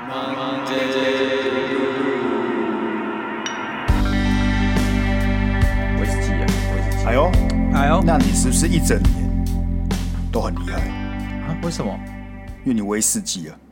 威士忌啊，威士忌。 哎呦， 哎呦， 那你是不是一整年都很厉害啊？为什么？ 因为你威士忌啊。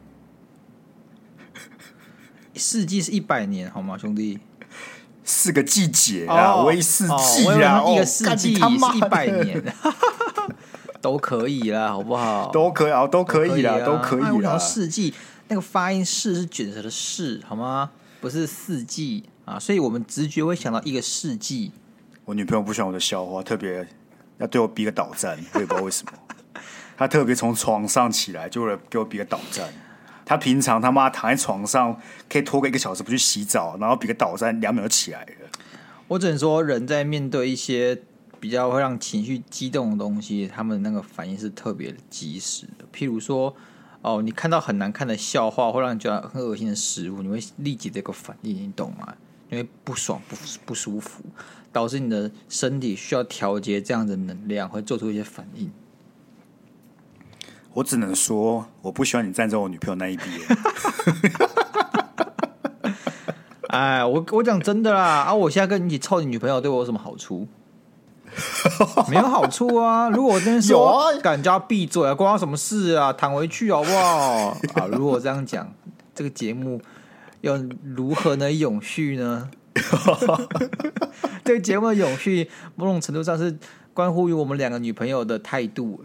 世纪是100年，好吗，兄弟 ？4个季节啊，威士忌啊， 一个世纪是100年，都可以啦，好不好？ 都可以啊，都可以啦，都可以啦。 我想世纪那个发音是卷舌的是，好吗？不是四季啊，所以我们直觉会想到一个世纪。 我女朋友不喜欢我的笑话，特别要对我比个倒站，我也不知道为什么。她特别从床上起来，就为了给我比个倒站。她平常他妈躺在床上可以拖个1个小时不去洗澡，然后比个倒站2秒就起来了。 我只能说，人在面对一些比较会让情绪激动的东西，他们那个反应是特别及时的。譬如说，哦，你看到很难看的笑话，或让你觉得很恶心的食物，你会立即的一个反应，你懂吗？因为不爽、不舒服，导致你的身体需要调节这样的能量，会做出一些反应。 我只能说，我不喜欢你站在我女朋友那一边。 哎，我讲真的啦，啊，我现在跟你一起凑你女朋友，对我有什么好处？没有好处啊！如果我真说敢叫他闭嘴啊，关他什么事啊？躺回去好不好？啊，如果这样讲，这个节目要如何能永续呢？这个节目的永续，某种程度上是关乎于我们2个女朋友的态度。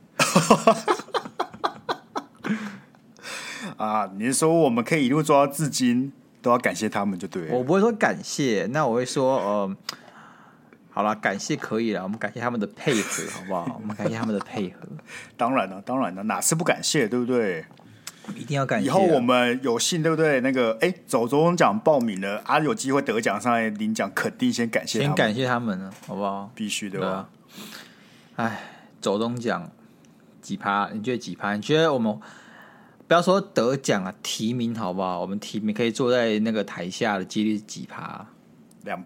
啊，你是说我们可以一路做到至今，都要感谢他们就对了。 我不会说感谢，那我会说好啦，感谢可以了，我们感谢他们的配合，好不好？我们感谢他们的配合。 当然了，当然了，哪次不感谢，对不对？ 一定要感谢。 以后我们有幸，对不对？那个，走中奖报名了啊，有机会得奖上来领奖，肯定先感谢他们， 先感谢他们了，好不好？ 必须的吧？ 哎，走中奖几趴？你觉得几趴？你觉得我们不要说得奖啊，提名好不好？我们提名可以坐在那个台下的几率是几趴 ？2%。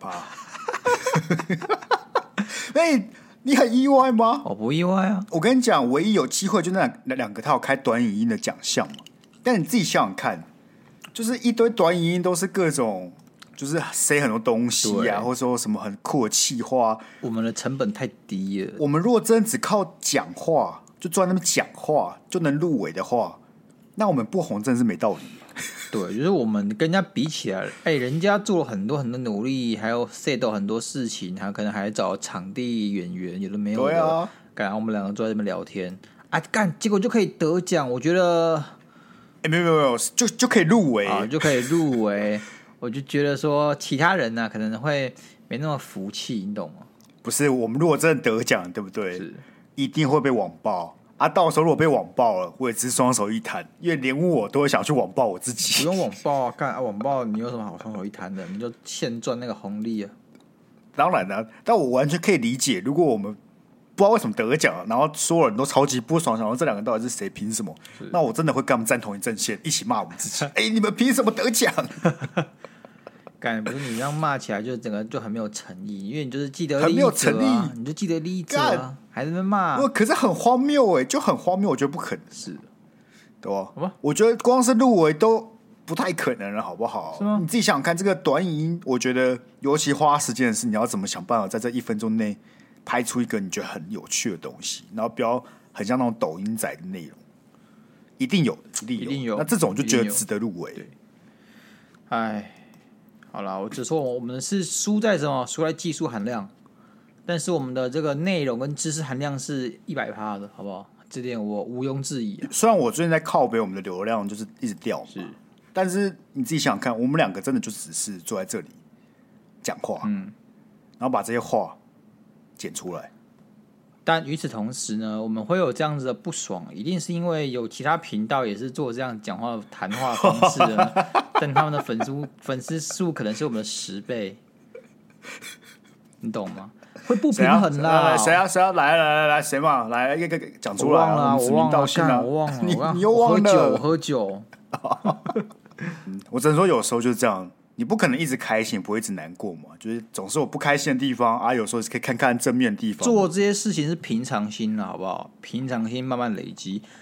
你很意外吗？ 我不意外啊。 我跟你讲，唯一有机会就那2个，他有开短影音的奖项嘛。但你自己想想看，就是一堆短影音都是各种，就是塞很多东西啊，或者说什么很酷的企划。 我们的成本太低了。 我们如果真的只靠讲话，就坐在那边讲话就能入围的话，那我们不红真的是没道理。 对，就是我们跟人家比起来，人家做了很多很多努力，还有 set 很多事情，还可能还找场地演员，有的没有的。 对啊， 干，我们2个坐在这边聊天啊，干，结果就可以得奖，我觉得。 没有，就可以入围啊，就可以入围。我就觉得说，其他人呢、可能会没那么服气，你懂吗？ 不是，我们如果真的得奖，对不对？ 是， 一定会被网爆啊！到时候如果被网爆了，我也只是双手一摊，因为连我都会想去网爆我自己。 不用网爆啊，干啊，网爆你有什么好双手一摊的？你就现赚那个红利啊！ 当然了，但我完全可以理解，如果我们不知道为什么得奖，然后所有人都超级不爽，想说这2个到底是谁，凭什么？那我真的会跟他们站同一阵线，一起骂我们自己。你们凭什么得奖？ 干，不是你这样骂起来，就整个就很没有诚意，因为你就是既得利益者、啊， 很没有诚意， 你就既得利益者啊，还在那边骂。 可是很荒谬就很荒谬，我觉得不可能， 是， 对吧？ 好吧， 我觉得光是入围都不太可能了，好不好？ 是吗？ 你自己想想看，这个短影音，我觉得尤其花时间的是，你要怎么想办法在这1分钟内拍出一个你觉得很有趣的东西，然后不要很像那种抖音仔的内容，一定有的，一定有。那这种就觉得值得入围。 哎，好啦，我只说我们是输在什么？输在技术含量，但是我们的这个内容跟知识含量是100%的，好不好？这点我毋庸置疑虽然我最近在靠北我们的流量就是一直掉， 是， 但是你自己想想看，我们2个真的就只是坐在这里讲话，然后把这些话剪出来。 但与此同时呢，我们会有这样子的不爽，一定是因为有其他频道也是做这样讲话谈话方式的，但他们的粉丝数可能是我们的10倍，你懂吗？会不平衡啦！ 谁啊？来，谁嘛？来一个讲出来啊！ 我忘了， 你又忘了， 我喝酒。 我只能说有时候就是这样。你不可能一直开心，不会一直难过嘛？就是总是有不开心的地方啊，有时候可以看看正面的地方。 做这些事情是平常心了，好不好？平常心慢慢累积。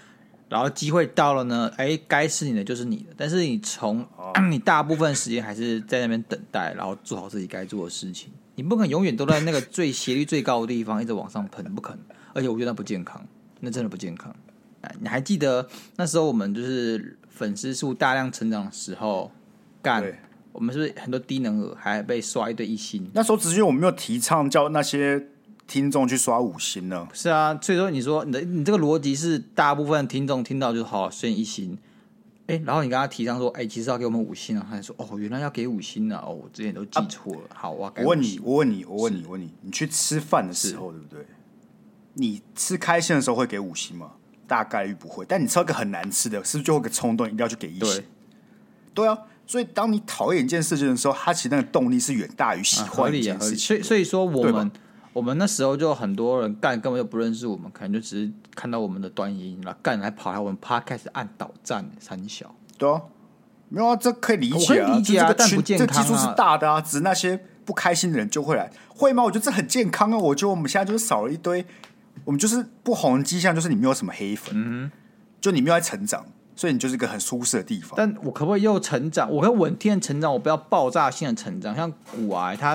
然后机会到了呢，该是你的就是你的，但是你大部分时间还是在那边等待，然后做好自己该做的事情。你不可能永远都在那个斜率最高的地方一直往上喷，不可能。而且我觉得那不健康，那真的不健康。你还记得那时候我们就是粉丝数大量成长的时候，我们是不是很多低能儿还被刷一堆1星？ 那时候只是因为我们没有提倡叫那些听众去刷5星呢。 是啊，所以说你说你这个逻辑是大部分听众听到就好，先1星。然后你跟他提倡说，其实要给我们5星啊，他就说，原来要给5星啊，我之前都记错了。好，我要改5星。 我问你，你去吃饭的时候，对不对？你吃开心的时候会给5星吗？大概率不会。但你吃到一个很难吃的，是不是就会有个冲动一定要去给1星？对啊。所以当你讨厌一件事情的时候，它其实那个动力是远大于喜欢一件事情。 所以说我们那时候就很多人根本就不认识我们，可能就只是看到我们的端音，然后还跑来我们 podcast 按导赞三小。 对啊，没有啊，这可以理解啊， 我可以理解啊，但不健康啊。 这基数是大的啊，只是那些不开心的人就会来，会吗？我觉得这很健康啊。我觉得我们现在就是少了一堆，我们就是不红的迹象，就是你没有什么黑粉，就你没有在成长。所以你就是一个很舒适的地方。 但我可不可以又成长？我可以稳定的成长，我不要爆炸性的成长。像骨癌，他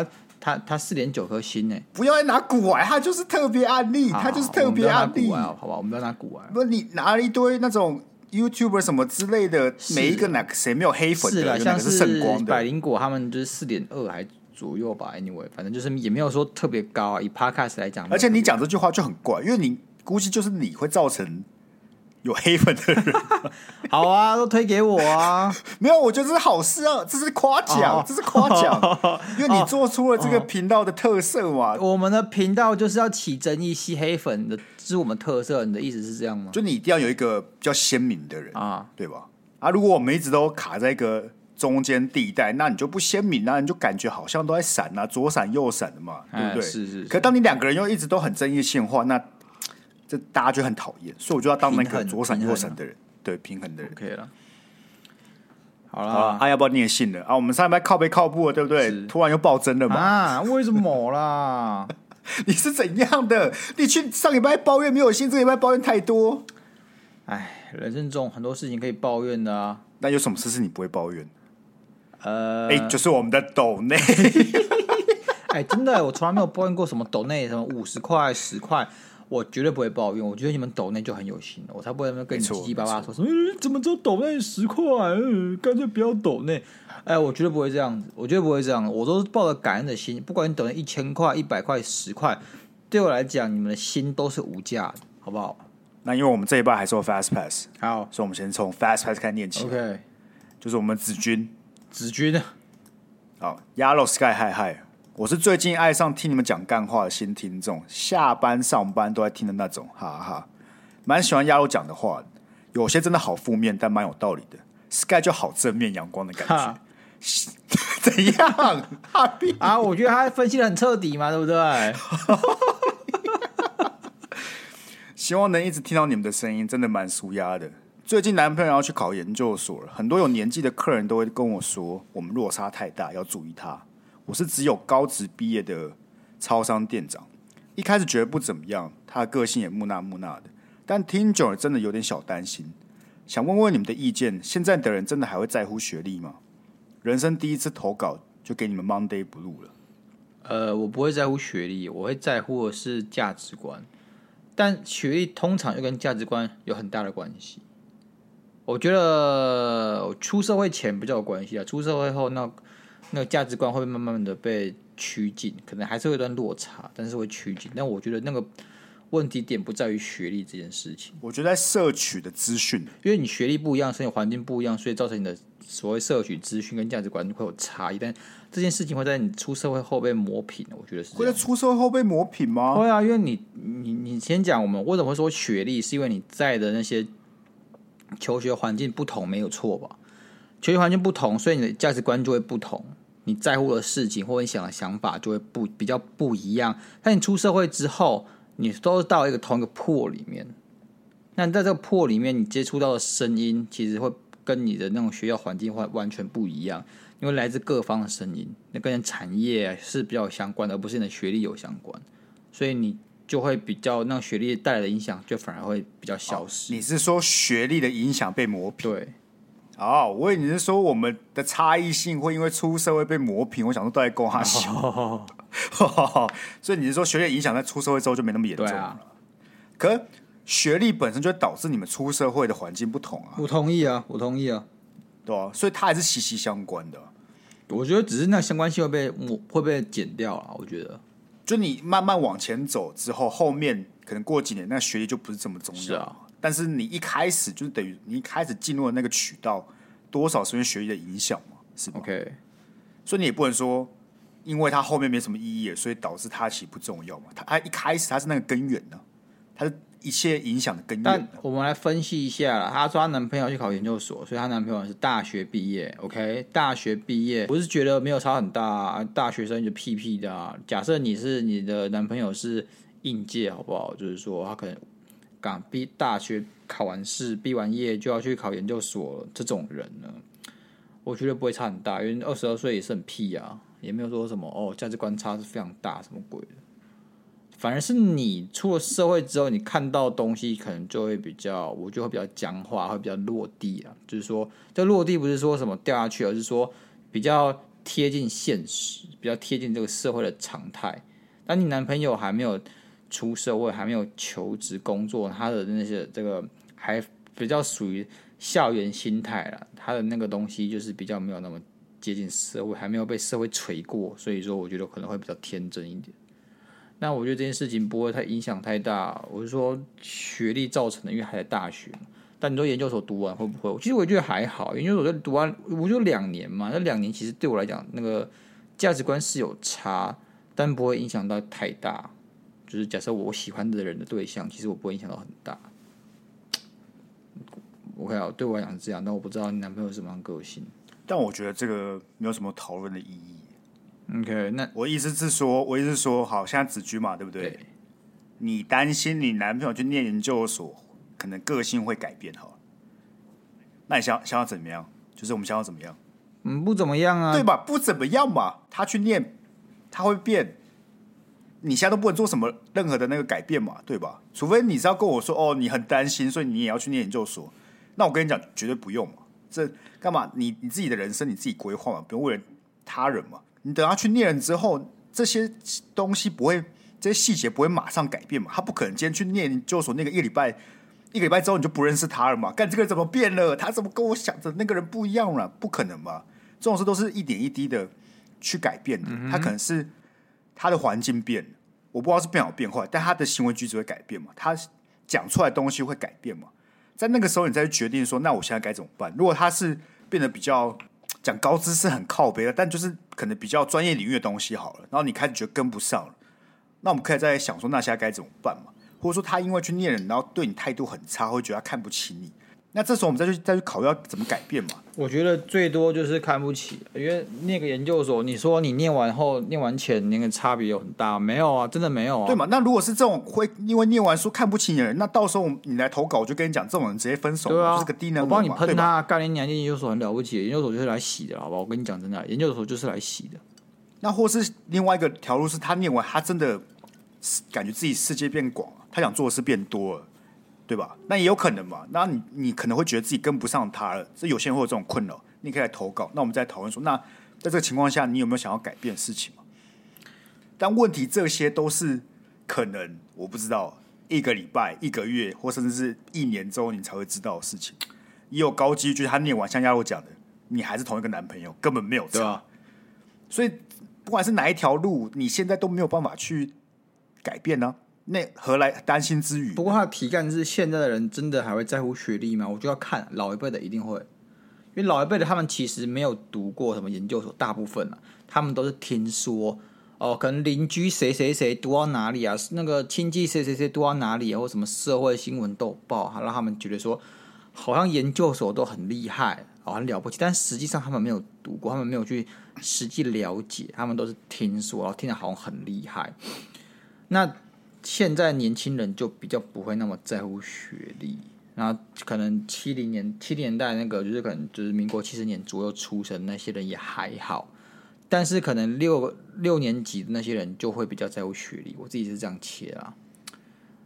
4.9颗星呢。 不要再拿骨癌，他就是特别案例，他就是特别案例。 好吧，我们不要拿骨癌。 不，你拿了一堆那种 YouTuber 什么之类的，每一个谁没有黑粉的？ 是啦， 像是圣光的百灵果，他们就是4.2还左右吧。Anyway， 反正就是也没有说特别高啊。以 Podcast 来讲， 而且你讲这句话就很怪，因为你估计就是你会造成有黑粉的人。 好啊，都推给我啊！ 没有，我觉得这是好事啊，这是夸奖，这是夸奖，因为你做出了这个频道的特色嘛。 我们的频道就是要起争议、吸黑粉的，这是我们特色。你的意思是这样吗？ 就你一定要有一个比较鲜明的人啊， 对吧？如果我们一直都卡在一个中间地带，那你就不鲜明啊，你就感觉好像都在闪啊，左闪右闪的嘛，对不对？ 是。 可当你2个人又一直都很争议性化，那这大家就很讨厌，所以我就要当那个左闪右闪的人，对，平衡的人。 OK 了，好了， 要不要念信了？我们上礼拜靠背靠步了，对不对？突然又暴增了嘛？ 为什么啦？ 你是怎样的？你去上礼拜抱怨没有信，这礼拜抱怨太多。 人生中很多事情可以抱怨的啊。 那有什么事是你不会抱怨？就是我们的抖内。 真的，我从来没有抱怨过什么抖内，什么50块、10块。我绝对不会抱怨，我觉得你们抖内就很有心了，我才不会跟你叽叽巴巴说什么怎么只有抖内10块，干脆不要抖内。我绝对不会这样子，我绝对不会这样，我都是抱着感恩的心，不管你抖内1000块、100块、10块，对我来讲，你们的心都是无价的，好不好？ 那因为我们这一半还是有 Fast Pass， 好， 所以我们先从 Fast Pass 开始念起。 OK， 就是我们子君，好 ，Yellow Sky Hi，我是最近爱上听你们讲干话的新听众，下班上班都在听的那种，哈哈，蛮喜欢Yellow讲的话的，有些真的好负面，但蛮有道理的。Sky 就好正面阳光的感觉，怎样？ 我觉得他分析的很彻底嘛，对不对？ 希望能一直听到你们的声音，真的蛮舒压的。最近男朋友要去考研究所了，很多有年纪的客人都会跟我说，我们落差太大，要注意他。我是只有高职毕业的超商店长，一开始觉得不怎么样，他的个性也木讷木讷的，但听久了真的有点小担心。想问问你们的意见，现在的人真的还会在乎学历吗？人生第一次投稿就给你们 Monday Blue 了。 我不会在乎学历，我会在乎的是价值观，但学历通常又跟价值观有很大的关系。我觉得出社会前比较有关系啊，出社会后那个价值观会慢慢的被趋近，可能还是会有段落差，但是会趋近。但我觉得那个问题点不在于学历这件事情， 我觉得在摄取的资讯， 因为你学历不一样，生活环境不一样，所以造成你的所谓摄取资讯跟价值观会有差异。但这件事情会在你出社会后被磨平，我觉得是这样。 会在出社会后被磨平吗？ 会啊，因为你先讲我们为什么会说学历，是因为你在的那些求学环境不同，没有错吧？求学环境不同，所以你的价值观就会不同，你在乎的事情或你想的想法就会比较不一样。但你出社会之后，你都到同一个破里面，那你在这个破里面，你接触到的声音其实会跟你的那种学校环境会完全不一样，因为来自各方的声音，那跟产业是比较有相关的，而不是你的学历有相关。所以你就会比较那学历带来的影响就反而会比较消失。 你是说学历的影响被磨平？ 对。 我以为你是说我们的差异性会因为出社会被磨平。我想说都在勾他笑，所以你是说学历影响在出社会之后就没那么严重了？对啊。可学历本身就会导致你们出社会的环境不同啊。 我同意啊。 对啊，所以它还是息息相关的。 我觉得只是那相关性会被减掉了。我觉得， 就你慢慢往前走之后，后面可能过几年，那学历就不是这么重要。 是啊。 但是你一开始就是等于你一开始进入的那个渠道，多少是因为学历的影响嘛，是吧 ？OK。 所以你也不能说，因为它后面没什么意义，所以导致它其实不重要嘛。它一开始它是那个根源呢，它是一切影响的根源。 但我们来分析一下啦。她说她男朋友去考研究所，所以她男朋友是大学毕业。OK， 大学毕业，我是觉得没有差很大啊。大学生就屁屁的啊。假设你的男朋友是应届，好不好？就是说他可能刚大学考完试、毕完业就要去考研究所，这种人呢，我觉得不会差很大，因为22岁也是很屁啊，也没有说什么价值观差是非常大，什么鬼的。反而是你出了社会之后，你看到的东西可能就会比较，我觉得会比较僵化，会比较落地啊。就是说，这落地不是说什么掉下去，而是说比较贴近现实，比较贴近这个社会的常态。当你男朋友还没有出社会，还没有求职工作，他的那些这个还比较属于校园心态啦，他的那个东西就是比较没有那么接近社会，还没有被社会锤过，所以说我觉得可能会比较天真一点。那我觉得这件事情不会太影响太大，我是说学历造成的，因为还在大学。但你说研究所读完会不会？其实我觉得还好，研究所就读完，我就2年嘛，那2年其实对我来讲，那个价值观是有差，但不会影响到太大。就是假设我喜欢的人的对象，其实我不会影响到很大。OK 啊，对我来讲是这样，但我不知道你男朋友是什么样的个性。 但我觉得这个没有什么讨论的意义。 OK， 那我意思是说，好，现在子居嘛，对不对？ 对。 你担心你男朋友去念研究所，可能个性会改变，好了。那你想要怎么样？就是我们想要怎么样？ 不怎么样啊， 对吧？不怎么样嘛，他去念，他会变。你现在都不能做什么任何的那个改变嘛，对吧？除非你是要跟我说，你很担心，所以你也要去念研究所。那我跟你讲，绝对不用嘛。这干嘛？你自己的人生你自己规划嘛，不用为了他人嘛。你等他去念了之后，这些东西不会，这些细节不会马上改变嘛。他不可能今天去念研究所，那个一个礼拜之后你就不认识他了嘛？干这个人怎么变了？他怎么跟我想的那个人不一样了？不可能吧？这种事都是一点一滴的去改变的。他可能是他的环境变了，我不知道是变好变坏，但他的行为举止会改变嘛？他讲出来的东西会改变嘛？在那个时候，你再去决定说，那我现在该怎么办？如果他是变得比较讲高知识很靠北的，但就是可能比较专业领域的东西好了，然后你开始觉得跟不上了，那我们可以再想说，那现在该怎么办嘛？或者说他因为去念了，然后对你态度很差，会觉得他看不起你，那这时候我们再去考虑要怎么改变嘛？ 我觉得最多就是看不起，因为那个研究所，你说你念完后、念完前那个差别有很大，没有啊，真的没有啊， 对嘛？那如果是这种会因为念完书看不起你的人，那到时候你来投稿，我就跟你讲，这种人直接分手， 对啊， 就是个低能儿嘛， 我帮你喷他，干你娘！研究所很了不起，研究所就是来洗的，好不好？我跟你讲真的，研究所就是来洗的。 那或是另外一个条路是他念完，他真的感觉自己世界变广了，他想做的事变多了。对吧？那也有可能嘛。那你可能会觉得自己跟不上他了，这有些人会有这种困扰。你可以来投稿，那我们再讨论说，那在这个情况下，你有没有想要改变的事情嘛？但问题这些都是可能我不知道1个礼拜、1个月，或甚至是1年之后你才会知道的事情。也有高几率，他念完像亚罗讲的，你还是同一个男朋友，根本没有差。对啊。所以不管是哪一条路，你现在都没有办法去改变呢、那何来担心之余？ 不过他的题干是现在的人真的还会在乎学历吗？我就要看老一辈的一定会，因为老一辈的他们其实没有读过什么研究所，大部分他们都是听说可能邻居谁谁谁读到哪里啊，那个亲戚谁谁谁读到哪里啊，或什么社会新闻都有报，让他们觉得说好像研究所都很厉害，很了不起，但实际上他们没有读过，他们没有去实际了解，他们都是听说，然后听得好像很厉害。那现在年轻人就比较不会那么在乎学历，然后可能70年代那个就是可能就是民国70年左右出生那些人也还好，但是可能六年级的那些人就会比较在乎学历，我自己是这样切啦。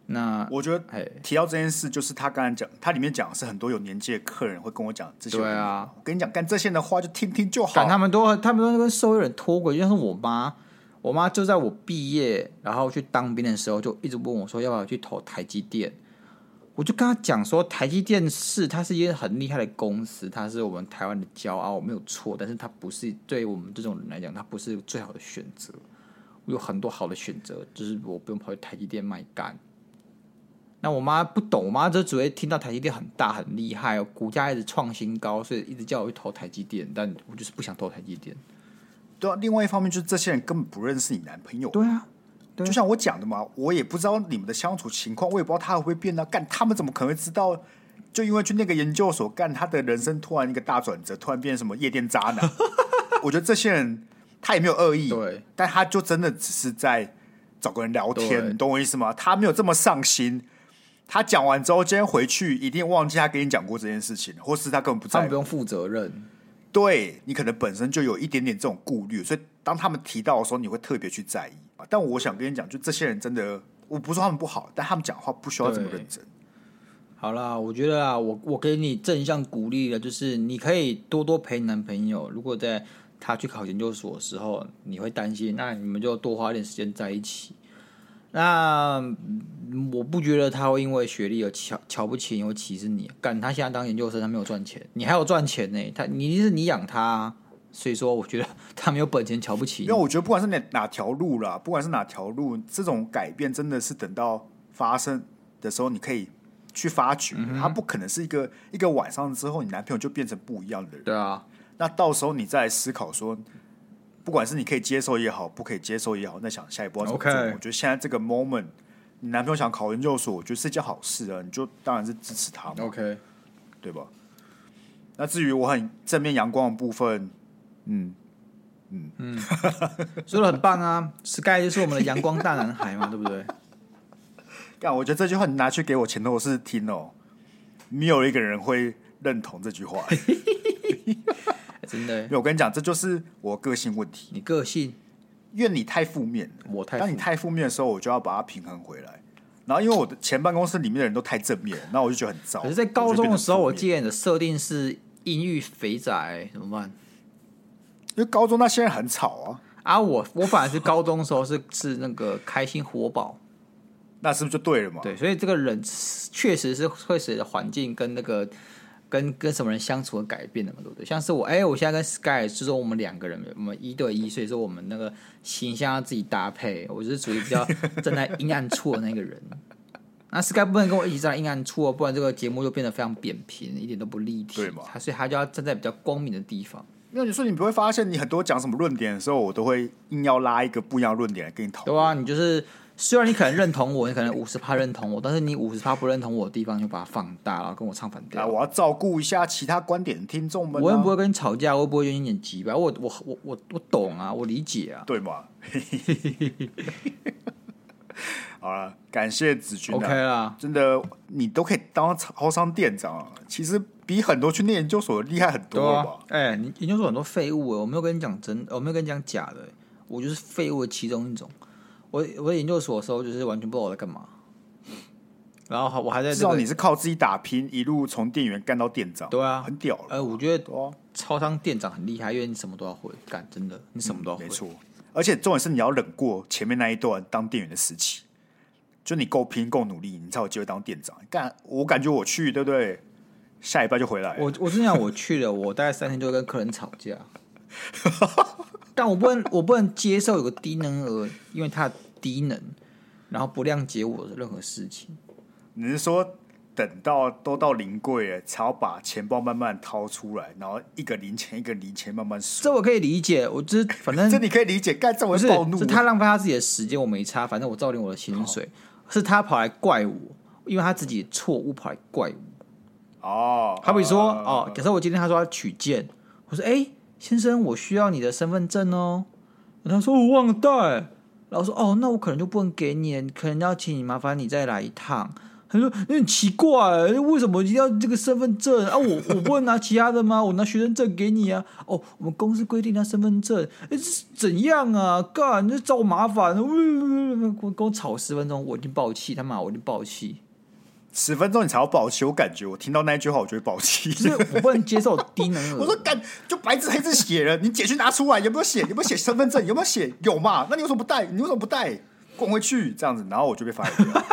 那我觉得提到这件事，就是他刚才讲，他里面讲的是很多有年纪的客人会跟我讲这些。 对啊， 我跟你讲，干这些人的话就听听就好。 他们都跟社会人脱轨，就像是我妈就在我毕业然后去当兵的时候，就一直问我说要不要去投台积电。我就跟他讲说，台积电它是一间很厉害的公司，它是我们台湾的骄傲，没有错。但是它不是对我们这种人来讲，它不是最好的选择。我有很多好的选择，就是我不用跑去台积电卖干。那我妈不懂，我妈就只会听到台积电很大很厉害，股价一直创新高，所以一直叫我去投台积电，但我就是不想投台积电。 对啊，另外一方面就是这些人根本不认识你男朋友。 对啊， 就像我讲的嘛，我也不知道你们的相处情况，我也不知道他会不会变啊。干，他们怎么可能会知道？就因为去那个研究所干，他的人生突然一个大转折，突然变成什么夜店渣男。我觉得这些人他也没有恶意， 对， 但他就真的只是在找个人聊天，你懂我意思吗？他没有这么上心。他讲完之后，今天回去一定忘记他跟你讲过这件事情，或是他根本不在乎， 他们不用负责任。 对，你可能本身就有一点点这种顾虑，所以当他们提到的时候，你会特别去在意。但我想跟你讲，就这些人真的，我不是说他们不好，但他们讲话不需要这么认真。 好啦，我觉得啊，我给你正向鼓励了，就是你可以多多陪你男朋友。如果在他去考研究所的时候，你会担心，那你们就多花一点时间在一起。那我不觉得他会因为学历而瞧不起你或歧视你。干，他现在当研究生，他没有赚钱，你还有赚钱呢。你养他啊，所以说我觉得他没有本钱瞧不起你。 因为我觉得不管是哪条路啦，不管是哪条路，这种改变真的是等到发生的时候，你可以去发掘。他不可能是一个晚上之后，你男朋友就变成不一样的人。 对啊， 那到时候你再来思考说。不管是你可以接受也好，不可以接受也好，那想下一步要怎么做？ Okay. 我觉得现在这个 moment， 你男朋友想考研究所，我觉得是一件好事啊，你就当然是支持他嘛 ，OK， 对吧？那至于我很正面阳光的部分， 说的很棒啊 ，Sky 就是我们的阳光大男孩嘛，对不对？ 干，我觉得这句话你拿去给我前同事听哦，没有一个人会认同这句话。 真的， 因为我跟你讲，这就是我个性问题。 你个性， 因为你太负面了，当你太负面的时候，我就要把它平衡回来。然后因为我的前办公室里面的人都太正面，然后我就觉得很糟。 可是，在高中的时候，我记得你的设定是阴郁肥宅，怎么办？ 因为高中那些人很吵啊。 我反而是高中的时候是那个开心活宝， 那是不是就对了嘛？ 对，所以这个人确实是会随着环境跟那个。跟什么人相处的改变的嘛，对不对？像是我现在跟 Sky 就是说我们两个人，我们1对1，所以说我们那个形象要自己搭配。我就是属于比较站在阴暗处的那个人。那 Sky 不能跟我一起站在阴暗处哦，不然这个节目就变得非常扁平，一点都不立体。 对嘛？ 所以他就要站在比较光明的地方。 因为你说你不会发现，你很多讲什么论点的时候，我都会硬要拉一个不一样的论点来跟你讨论。 对啊，你就是虽然你可能认同我，你可能50%认同我，但是你50%不认同我的地方，就把它放大，然后跟我唱反调。 我要照顾一下其他观点的听众们。 我又不会跟你吵架，我又不会跟你演急吧？我懂啊，我理解啊， 对嘛？好了，感谢子君 ，OK 啦， 真的你都可以当超商店长啊，其实比很多去念研究所的厉害很多了吧？ 你研究所很多废物我没有跟你讲我没有跟你讲假的，我就是废物的其中一种。我在研究所的时候，就是完全不知道我在干嘛。然后我还在至少你是靠自己打拼，一路从店员干到店长， 对啊， 很屌了。 我觉得超商店长很厉害，因为你什么都要会干，真的，你什么都要会。 没错，而且重点是你要忍过前面那一段当店员的时期，就你够拼够努力，你才有机会当店长。我感觉我去，对不对？下礼拜就回来了。 我真讲我去了，我大概3天就会跟客人吵架。但我不能接受有个低能儿，因为他低能，然后不谅解我的任何事情。 你是说等到都到临柜了，才要把钱包慢慢掏出来，然后一个零钱一个零钱慢慢数？ 这我可以理解，我就是反正这你可以理解，这我是暴怒。 是他浪费他自己的时间，我没差，反正我照领我的薪水。是他跑来怪我，因为他自己的错误跑来怪我。好比说假设我今天他说要取件，我说先生，我需要你的身份证哦。他说我忘了带，然后说那我可能就不能给你，可能要请你麻烦你再来一趟。 他说很奇怪，为什么一定要这个身份证啊？我不能拿其他的吗？我拿学生证给你啊。哦，我们公司规定拿身份证，这是怎样啊？干，这找我麻烦，跟我吵10分钟，我已经爆气，他妈我已经爆气。 10分钟你才要爆气，我感觉我听到那一句话我就会爆气， 就是我不能接受低能儿。 我说干，就白纸黑字写了，你简讯拿出来，有没有写？有没有写身份证？有没有写？有嘛？那你为什么不带？你为什么不带？滚回去这样子，然后我就被发现了。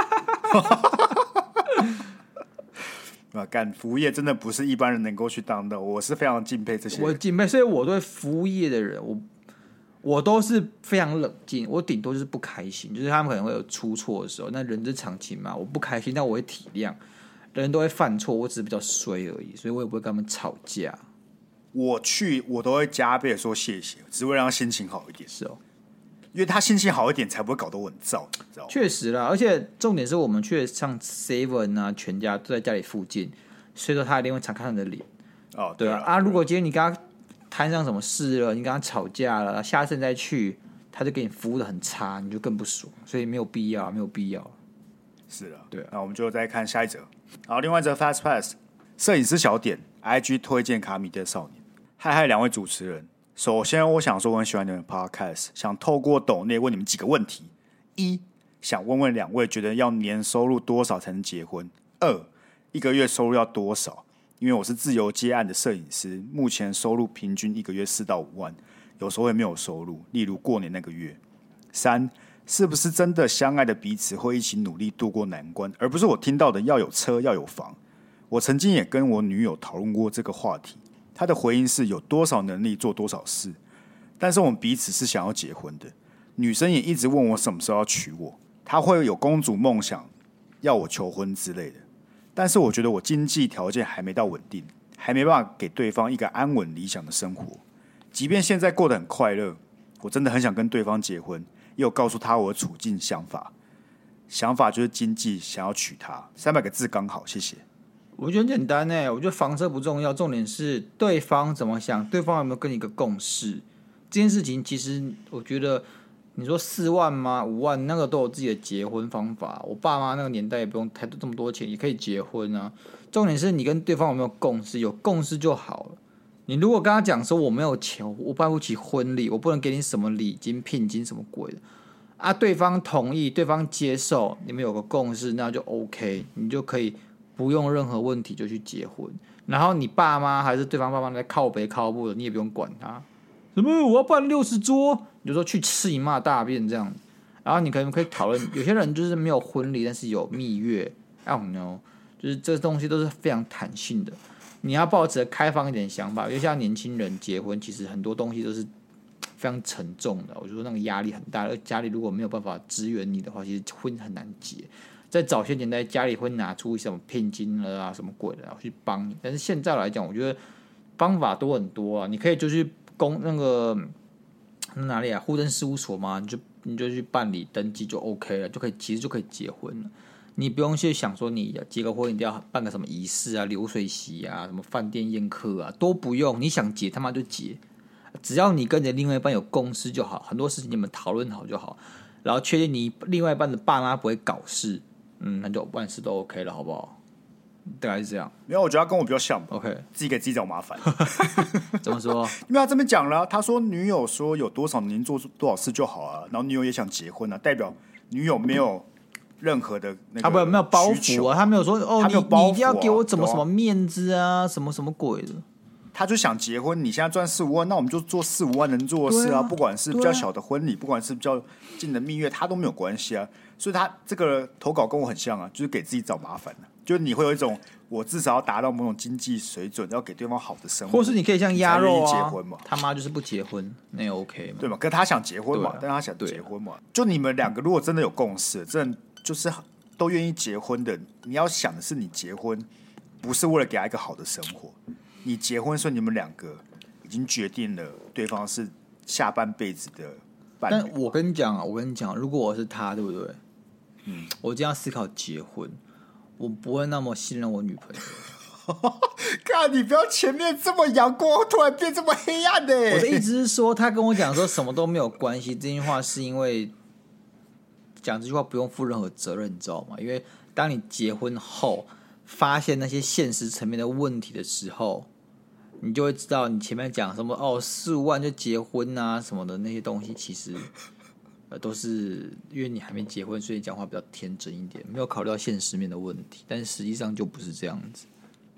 干服务业真的不是一般人能够去当的，我是非常敬佩这些人。 我敬佩，所以我对服务业的人，我都是非常冷静，我顶多就是不开心，就是他们可能会有出错的时候，那人之常情嘛，我不开心，但我会体谅，人都会犯错，我只是比较衰而已，所以我也不会跟他们吵架。 我都会加倍的说谢谢，只会让他心情好一点。 是哦。 因为他心情好一点，才不会搞得我很燥，你知道吗？ 确实啦，而且重点是我们去上 Seven 啊、全家都在家里附近，所以说他一定会常看你的脸。 哦， 对啊，如果今天你跟他摊上什么事了，你跟他吵架了，下次你再去，他就给你服务的很差，你就更不爽，所以没有必要，没有必要。 是的， 对啊。 那我们就再看下一则。好，另外一则 Fast Pass， 摄影师小点 IG 推荐卡米蒂少年。嗨，两位主持人。首先，我想说我很喜欢你们的 podcast， 想透过抖内问你们几个问题：一，想问问两位觉得要年收入多少才能结婚；2，一个月收入要多少？因为我是自由接案的摄影师，目前收入平均一个月4到5万，有时候也没有收入，例如过年那个月。3，是不是真的相爱的彼此会一起努力度过难关，而不是我听到的要有车要有房？我曾经也跟我女友讨论过这个话题。他的回应是有多少能力做多少事，但是我们彼此是想要结婚的。女生也一直问我什么时候要娶我，她会有公主梦想，要我求婚之类的。但是我觉得我经济条件还没到稳定，还没办法给对方一个安稳理想的生活。即便现在过得很快乐，我真的很想跟对方结婚，也有告诉她我的处境想法。想法就是经济，想要娶她。300个字刚好，谢谢。 我觉得很简单欸，我觉得房车不重要，重点是对方怎么想，对方有没有跟你一个共识。这件事情其实我觉得，你说4万吗？5万那个都有自己的结婚方法。我爸妈那个年代也不用太多这么多钱，也可以结婚啊。重点是你跟对方有没有共识，有共识就好了。你如果跟他讲说我没有钱，我办不起婚礼，我不能给你什么礼金、聘金什么鬼的啊，对方同意，对方接受，你们有个共识，那就 OK， 你就可以。不用任何问题就去结婚，然后你爸妈还是对方爸妈在靠北靠步的，你也不用管他。什么我要办60桌，你就说去吃你妈大便这样。然后你可能可以讨论，有些人就是没有婚礼，但是有蜜月 ，I don't know， 就是这东西都是非常弹性的。你要抱持开放一点想法，因为像年轻人结婚，其实很多东西都是非常沉重的。我觉得那个压力很大，而家里如果没有办法支援你的话，其实婚很难结。在早些年代，家里会拿出什么聘金了啊，什么鬼的，然后去帮你。但是现在来讲，我觉得方法多很多啊。你可以就去那个哪里啊，户政事务所嘛，你就去办理登记就 OK 了，其实就可以结婚了。你不用去想说你结个婚一定要办个什么仪式啊、流水席啊、什么饭店宴客啊，都不用。你想结他妈就结，只要你跟你的另外一半有共识就好，很多事情你们讨论好就好，然后确定你另外一半的爸妈不会搞事。那就万事都 OK 了，好不好？大概是这样。 没有，我觉得他跟我比较像。 OK， 自己给自己找麻烦。 怎么说？ 因为他这边讲了，他说女友说有多少年做多少事就好啊，然后女友也想结婚啊，代表女友没有任何的那个他没有包袱啊，他没有说哦，你一定要给我什么面子啊，什么鬼的。 他就想结婚，你现在赚4-5万，那我们就做4-5万能做的事啊，不管是比较小的婚礼，不管是比较近的蜜月，他都没有关系啊。所以他这个投稿跟我很像啊，就是给自己找麻烦啊。就是你会有一种，我至少要达到某种经济水准，要给对方好的生活， 或是你可以像鸭肉结婚嘛， 他妈就是不结婚，那也 OK 嘛， 对嘛？可是他想结婚嘛，但他想结婚嘛，就你们两个如果真的有共识，真的就是都愿意结婚的，你要想的是你结婚不是为了给他一个好的生活。你结婚，所以你们两个已经决定了对方是下半辈子的伴侣。 但我跟你讲，如果我是他，对不对？我这样思考结婚，我不会那么信任我女朋友。 看你不要前面这么阳光，突然变这么黑暗的。 我的意思是说，他跟我讲说什么都没有关系，这句话是因为讲这句话不用负任何责任，你知道吗？因为当你结婚后发现那些现实层面的问题的时候，你就会知道你前面讲什么4-5万就结婚啊什么的那些东西，其实都是因为你还没结婚，所以讲话比较天真一点，没有考虑到现实面的问题。但是实际上就不是这样子。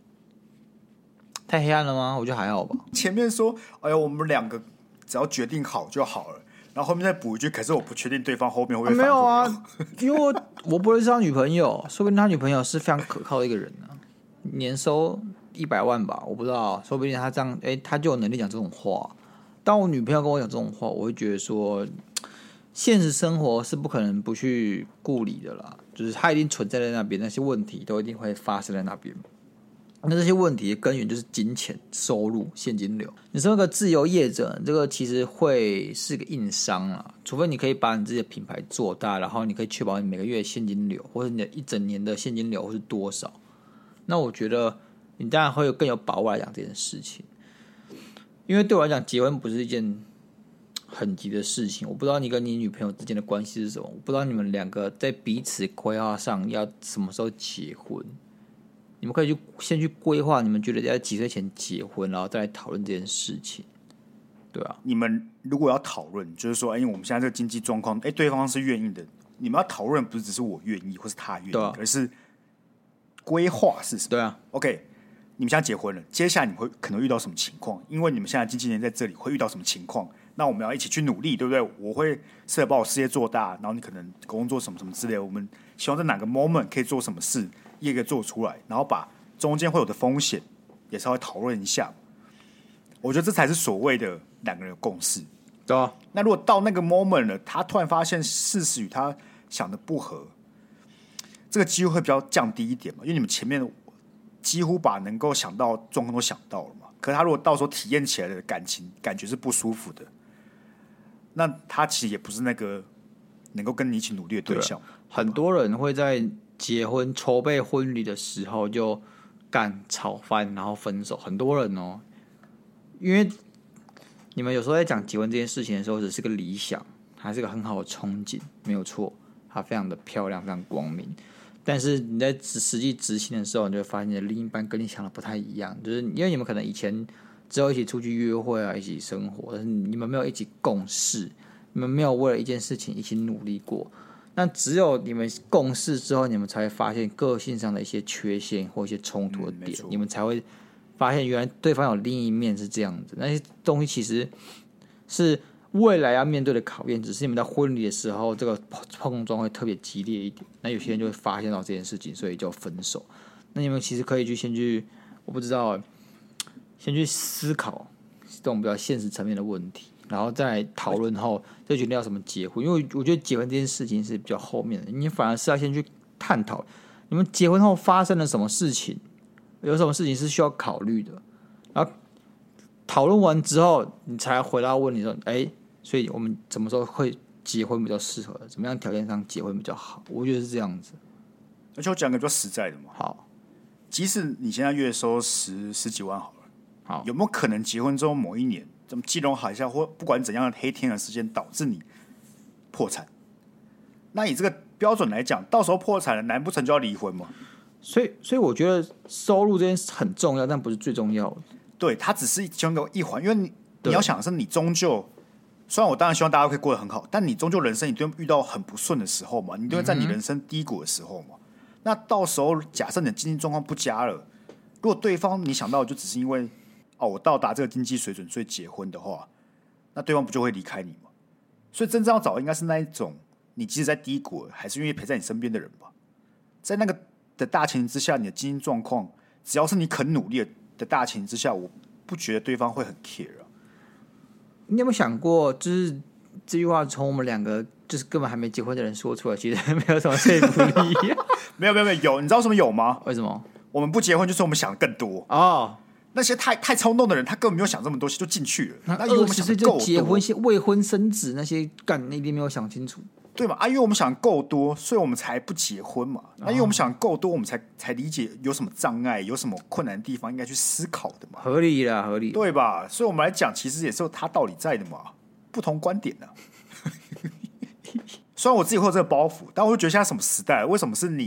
太黑暗了吗？我觉得还好吧。 前面说，哎呀，我们两个只要决定好就好了，然后后面再补一句，可是我不确定对方后面会不会反没有啊，因为我不会是他女朋友，说不定他女朋友是非常可靠的一个人啊，年收100万吧，我不知道，说不定他这样，他就有能力讲这种话。当我女朋友跟我讲这种话，我会觉得说，现实生活是不可能不去顾虑的啦，就是它一定存在在那边，那些问题都一定会发生在那边。那这些问题的根源就是金钱、收入、现金流。你身为一个自由业者，这个其实会是个硬伤啦，除非你可以把你自己的品牌做大，然后你可以确保你每个月的现金流，或者你的一整年的现金流是多少。那我觉得你当然会更有把握来讲这件事情，因为对我来讲，结婚不是一件很急的事情。我不知道你跟你女朋友之间的关系是什么，我不知道你们两个在彼此规划上要什么时候结婚。你们可以先去规划，你们觉得在几岁前结婚，然后再来讨论这件事情，对啊。 你们如果要讨论，就是说，因为我们现在这个经济状况，对方是愿意的，你们要讨论不是只是我愿意或是他愿意，而是规划是什么？ 对啊。 OK， 你们现在结婚了，接下来你们会可能遇到什么情况？因为你们现在经纪人在这里会遇到什么情况？那我们要一起去努力，对不对？我会试着把我事业做大，然后你可能工作什么什么之类的，我们希望在哪个 moment 可以做什么事，一个做出来，然后把中间会有的风险也稍微讨论一下。我觉得这才是所谓的两个人的共识。 对啊。 那如果到那个 moment 了，他突然发现事实与他想的不合，这个机会会比较降低一点嘛？因为你们前面几乎把能够想到状况都想到了嘛。可是他如果到时候体验起来的感觉是不舒服的，那他其实也不是那个能够跟你一起努力的对象。 很多人会在结婚筹备婚礼的时候就吵翻，然后分手。很多人哦，因为你们有时候在讲结婚这件事情的时候，只是个理想，还是个很好的憧憬，没有错，它非常的漂亮，非常光明。但是你在实际执行的时候，你就会发现你的另一半跟你想的不太一样，就是因为你们可能以前只有一起出去约会啊，一起生活，但是你们没有一起共事，你们没有为了一件事情一起努力过。那只有你们共事之后，你们才会发现个性上的一些缺陷或一些冲突的点，你们才会发现原来对方有另一面是这样子。那些东西其实是未来要面对的考验，只是你们在婚礼的时候，这个碰撞会特别激烈一点。那有些人就会发现到这件事情，所以就分手。那你们其实可以先去，我不知道，先去思考这种比较现实层面的问题。然后再讨论后，再决定要什么结婚。因为我觉得结婚这件事情是比较后面的，你反而是要先去探讨你们结婚后发生了什么事情，有什么事情是需要考虑的。然后讨论完之后，你才回答问你说：“所以我们什么时候会结婚比较适合？怎么样条件上结婚比较好？”我觉得是这样子。 而且我讲个比较实在的嘛， 好， 即使你现在月收十几万好了， 好， 有没有可能结婚之后某一年？怎么金融海啸或不管怎样的黑天鹅事件导致你破产？那以这个标准来讲，到时候破产了，难不成就要离婚吗？ 所以我觉得收入这件事很重要，但不是最重要的。 对，它只是其中一环，因为你要想的是，你终究虽然我当然希望大家可以过得很好，但你终究人生一定会遇到很不顺的时候嘛，你一定会在你人生低谷的时候嘛。那到时候假设你的经济状况不佳了，如果对方你想到的就只是因为我到达这个经济水准所以结婚的话，那对方不就会离开你吗？所以真正要找的应该是那一种你即使在低谷还是愿意陪在你身边的人吧。在那个的大前提之下，你的经济状况只要是你肯努力的大前提之下，我不觉得对方会很 care 啊。 你有没有想过，就是这句话从我们两个就是根本还没结婚的人说出来，其实没有什么说服力。 没有，有，你知道什么有吗？ 为什么？ 我们不结婚就是我们想的更多哦。 那些太冲动的人，他根本没有想这么多，就进去了。 那20 因为我们想岁就结婚、未婚生子那些干，那一定没有想清楚， 对嘛？因为我们想够多，所以我们才不结婚嘛。那因为我们想够多，我们才理解有什么障碍，有什么困难的地方，应该去思考的嘛。 合理啦，合理， 对吧？所以我们来讲，其实也是有他道理在的嘛，不同观点啊。虽然我自己会有这个包袱，但我会觉得现在什么时代，为什么是你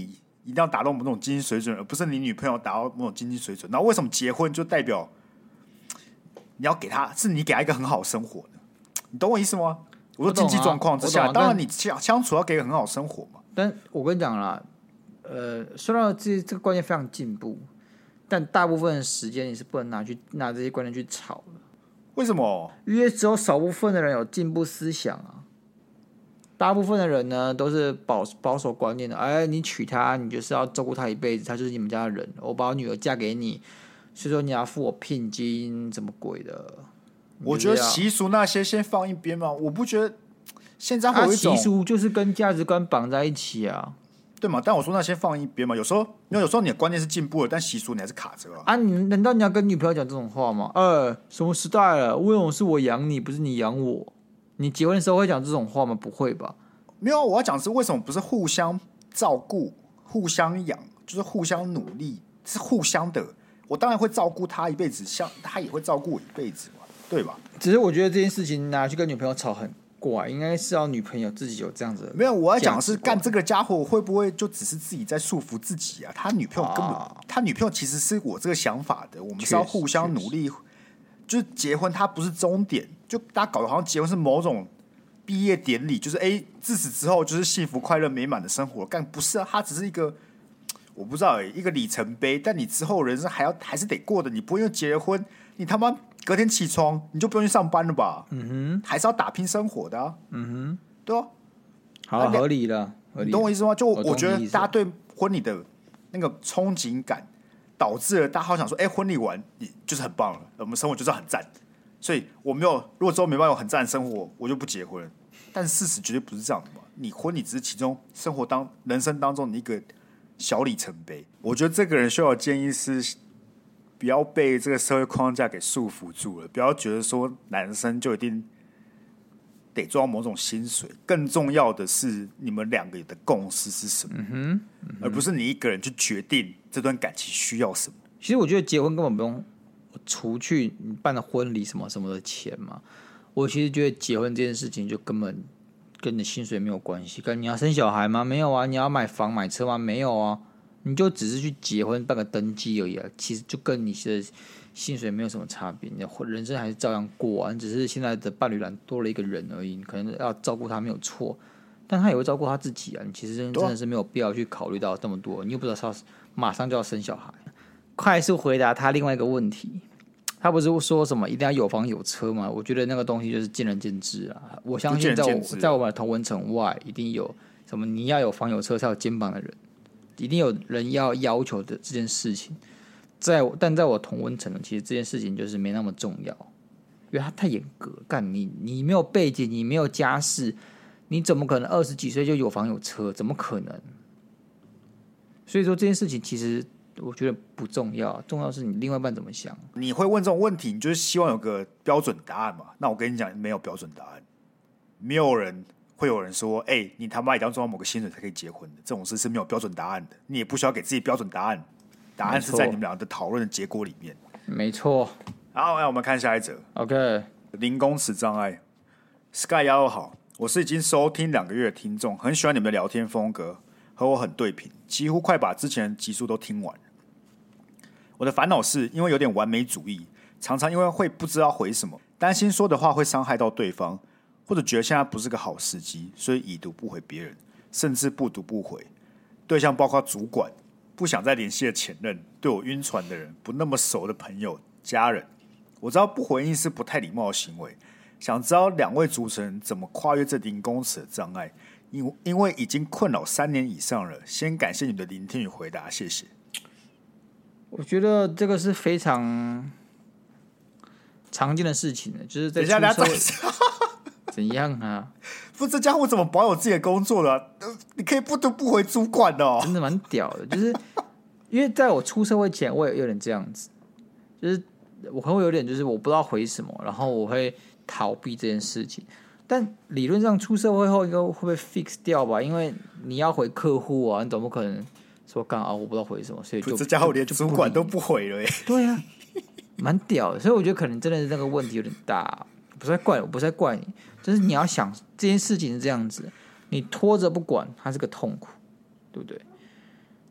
一定要达到某种经济水准，而不是你女朋友达到某种经济水准。然后为什么结婚就代表你要给她，是你给她一个很好的生活呢？你懂我意思吗？我说经济状况之下，当然你相处要给一个很好的生活嘛。 但我跟你讲啦，虽然这个观念非常进步，但大部分的时间你是不能拿这些观念去吵的。 为什么？ 因为只有少部分的人有进步思想啊，大部分的人呢都是保守观念的。哎，你娶她，你就是要照顾她一辈子，她就是你们家的人。我把我女儿嫁给你，所以说你要付我聘金，怎么鬼的？ 我觉得习俗那些先放一边嘛，我不觉得现在会有一种习俗就是跟价值观绑在一起啊。 对嘛？但我说那些放一边嘛，有时候你的观念是进步了，但习俗你还是卡着啊。 难道你要跟女朋友讲这种话吗？什么时代了？为什么是我养你，不是你养我？你结婚的时候会讲这种话吗？不会吧？ 没有，我要讲的是为什么不是互相照顾、互相养，就是互相努力，是互相的。我当然会照顾他一辈子，像他也会照顾我一辈子嘛，对吧？ 只是我觉得这件事情拿去跟女朋友吵很怪，应该是要女朋友自己有这样子的。 没有，我要讲的是干这个家伙会不会就只是自己在束缚自己啊？他女朋友根本，他女朋友其实是我这个想法的，我们是要互相努力。就是结婚，它不是终点，就大家搞得好像结婚是某种毕业典礼，就是自此之后就是幸福快乐美满的生活，干不是啊？它只是一个我不知道一个里程碑，但你之后人生还是得过的，你不会因为结了婚，你他妈隔天起床你就不用去上班了吧？还是要打拼生活的啊。对啊， 好，合理了， 你懂我意思吗？就我觉得大家对婚礼的那个憧憬感，导致了大家好想说，婚礼完就是很棒了，我们生活就是很赞，所以我没有，如果之后没办法有很赞的生活，我就不结婚了。但事实绝对不是这样的嘛，你婚礼只是其中人生当中的一个小里程碑。我觉得这个人需要的建议是，不要被这个社会框架给束缚住了，不要觉得说男生就一定得赚到某种薪水，更重要的是你们两个的共识是什么，而不是你一个人去决定这段感情需要什么。 其实我觉得结婚根本不用除去你办的婚礼什么什么的钱嘛。我其实觉得结婚这件事情就根本跟你的薪水没有关系。跟你要生小孩吗？没有啊。你要买房买车吗？没有啊。你就只是去结婚办个登记而已啊。其实就跟你的薪水没有什么差别，你的人生还是照样过啊。只是现在的伴侣栏多了一个人而已，你可能要照顾他没有错，但他也会照顾他自己啊。你其实真的是没有必要去考虑到这么多，你又不知道马上就要生小孩。快速回答他另外一个问题。他不是说什么一定要有房有车吗？我觉得那个东西就是见仁见智啊。我相信在我们的同温层外，一定有什么你要有房有车才有肩膀的人，一定有人要求的这件事情。但在我同温层，其实这件事情就是没那么重要，因为它太严格。干你没有背景，你没有家世，你怎么可能20几岁就有房有车？怎么可能？所以说这件事情其实我觉得不重要，重要是你另外一半怎么想。 你会问这种问题，你就是希望有个标准答案嘛？那我跟你讲，没有标准答案，没有人会有人说，你他妈一定要赚到某个薪水才可以结婚的，这种事是没有标准答案的。你也不需要给自己标准答案，答案是在你们俩的讨论的结果里面。 没错。 好，那我们看下一则。 OK， 零公尺障碍 ，Sky 122好，我是已经收听2个月的听众，很喜欢你们的聊天风格，和我很对频，几乎快把之前的集数都听完。我的烦恼是因为有点完美主义，常常因为会不知道回什么，担心说的话会伤害到对方，或者觉得现在不是个好时机，所以已读不回别人，甚至不读不回。对象包括主管、不想再联系的前任、对我晕船的人、不那么熟的朋友、家人。我知道不回应是不太礼貌的行为，想知道2位主持人怎么跨越这0公尺的障碍，因为已经困扰3年以上了。先感谢你的聆听与回答，谢谢。 我觉得这个是非常常见的事情，就是在出社会怎样啊？ 不，这家伙怎么保有自己的工作的、你可以不读不回主管的哦， 真的蛮屌的。就是因为在我出社会前，我也有点这样子，就是我可能会有点就是我不知道回什么，然后我会逃避这件事情。但理论上出社会后应该会被 fix 掉吧？因为你要回客户啊，你总不可能说刚好我不知道回什么，所以就这家伙连主管都不回了耶。 对啊，蛮屌的。所以我觉得可能真的是那个问题有点大。我不是在怪你，就是你要想这件事情是这样子，你拖着不管，它是个痛苦，对不对？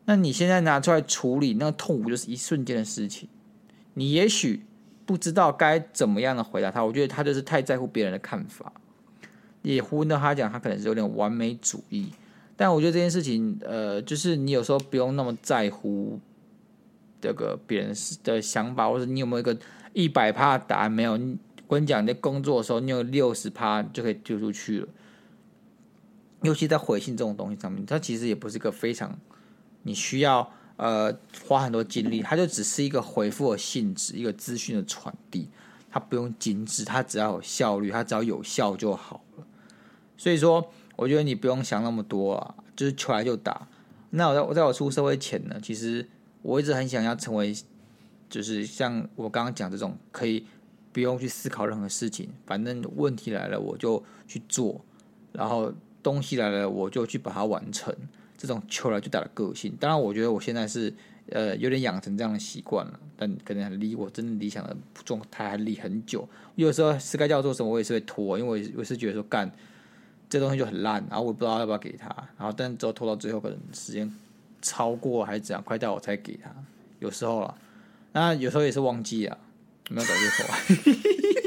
那你现在拿出来处理，那个痛苦就是一瞬间的事情。你也许不知道该怎么样的回答他，我觉得他就是太在乎别人的看法，也呼应到他讲他可能是有点完美主义。但我觉得这件事情，就是你有时候不用那么在乎这个别人的想法，或者你有没有一个100%的答案？没有，我跟你讲，你在工作的时候，你有60%就可以丢出去了。尤其在回信这种东西上面，它其实也不是一个非常你需要花很多精力，它就只是一个回复的性质，一个资讯的传递，它不用精致，它只要有效率，它只要有效就好了。所以说，我觉得你不用想那么多啊，就是球来就打。那我在我出社会前呢，其实我一直很想要成为，就是像我刚刚讲这种，可以不用去思考任何事情，反正问题来了我就去做，然后东西来了我就去把它完成，这种球来就打的个性。当然，我觉得我现在是有点养成这样的习惯了，但可能离我真的理想的状态还离很久。有时候是该叫我做什么，我也是会拖，因为我是觉得说干这东西就很烂，然后我也不知道要不要给他，然后但之后拖到最后可能时间超过还是怎样，快到我才给他。有时候啦，那有时候也是忘记啊，没有找借口。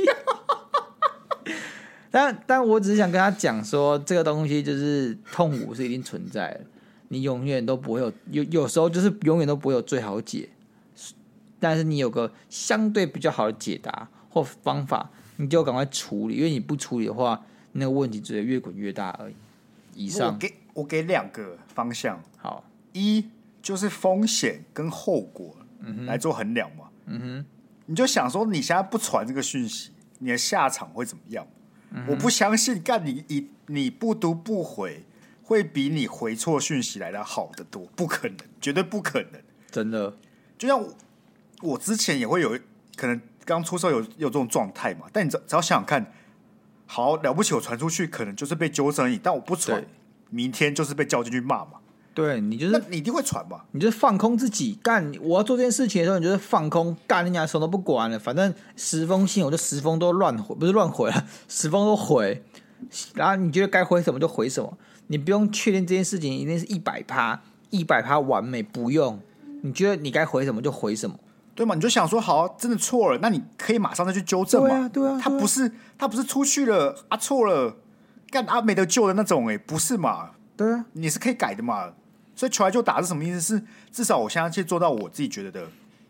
但我只是想跟他讲说，这个东西就是痛苦是一定存在的，你永远都不会有时候就是永远都不会有最好解，但是你有个相对比较好的解答或方法，你就赶快处理，因为你不处理的话，那个问题只会越滚越大而已。以上我给2个方向， 好， 一就是风险跟后果来做衡量嘛。你就想说你现在不传这个讯息，你的下场会怎么样？我不相信，干你不读不回，会比你回错讯息来的好得多，不可能，绝对不可能， 真的。 就像我之前也会有可能刚出社有这种状态嘛，但你只要想想看，好了不起，我传出去可能就是被纠正而已，但我不传，明天就是被叫进去骂嘛。 对，你就是那你一定会传嘛， 你就是放空自己干。我要做这件事情的时候，你就是放空干，人家什么都不管了。反正10封信，我就10封都乱回，不是乱回了，10封都回。然后你觉得该回什么就回什么，你不用确定这件事情一定是100%完美，不用。你觉得你该回什么就回什么， 对嘛？你就想说好，真的错了，那你可以马上再去纠正嘛。 对啊， 他不是出去了啊，错了，干啊没得救的那种，不是嘛？ 对啊， 你是可以改的嘛。所以球来就打是什么意思？是至少我现在去做到我自己觉得的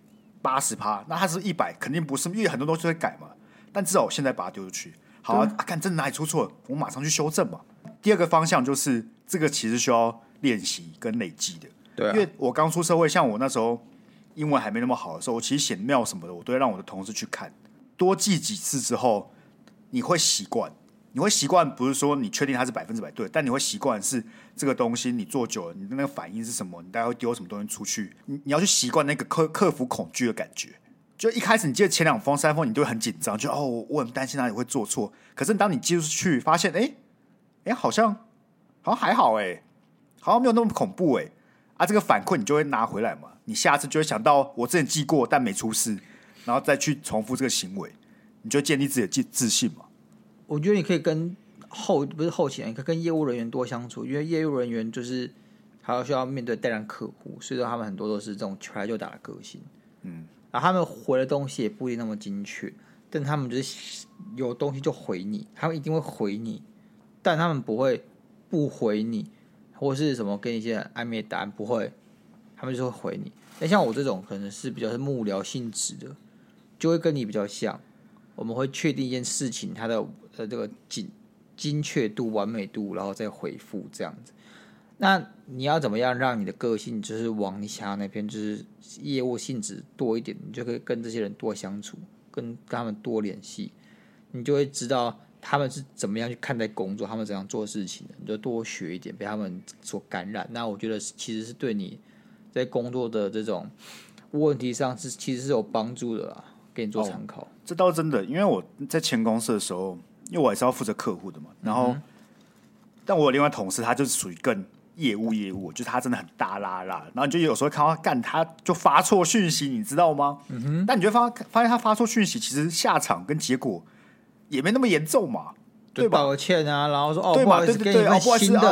80%，那他是100，肯定不是，因为很多东西会改嘛。但至少我现在把它丢出去，好啊，看真的哪里出错了，我马上去修正嘛。第二个方向就是这个其实需要练习跟累积的， 对啊， 因为我刚出社会，像我那时候英文还没那么好的时候，我其实写 mail 什么的，我都会让我的同事去看，多记几次之后，你会习惯。你会习惯，不是说你确定它是100%对，但你会习惯是这个东西，你做久了，你的那个反应是什么？你大概会丢什么东西出去？你要去习惯那个克服恐惧的感觉。就一开始你记得前2封、3封，你都会很紧张，就我很担心哪里会做错。可是当你寄出去，发现好像还好好像没有那么恐怖这个反馈你就会拿回来嘛。你下次就会想到我之前记过但没出事，然后再去重复这个行为，你就建立自己的自信嘛。 我觉得你可以跟不是后期，你可以跟业务人员多相处，因为业务人员就是还需要面对带量客户，所以说他们很多都是这种球来就打的个性。然后他们回的东西也不一定那么精确，但他们就是有东西就回你，他们一定会回你，但他们不会不回你，或是什么给你一些暧昧答案，不会，他们就会回你。但像我这种可能是比较是幕僚性质的，就会跟你比较像。我们会确定一件事情它的这个精确度、完美度，然后再回复这样子。那你要怎么样让你的个性就是往你想要那边，就是业务性质多一点，你就可以跟这些人多相处，跟他们多联系，你就会知道他们是怎么样去看待工作，他们怎样做事情的，你就多学一点，被他们所感染。那我觉得其实是对你在工作的这种问题上其实是有帮助的啦。给你做参考， 这倒是真的。因为我在前公司的时候，因为我也是要负责客户的嘛，然后，但我有另外同事，他就是属于更业务，就是他真的很大拉，然后你就有时候看到干他就发错讯息，你知道吗？但你就会发现他发错讯息，其实下场跟结果也没那么严重嘛，对吧？ 道个歉啊，然后说对吧？ 不好意思，给你们新的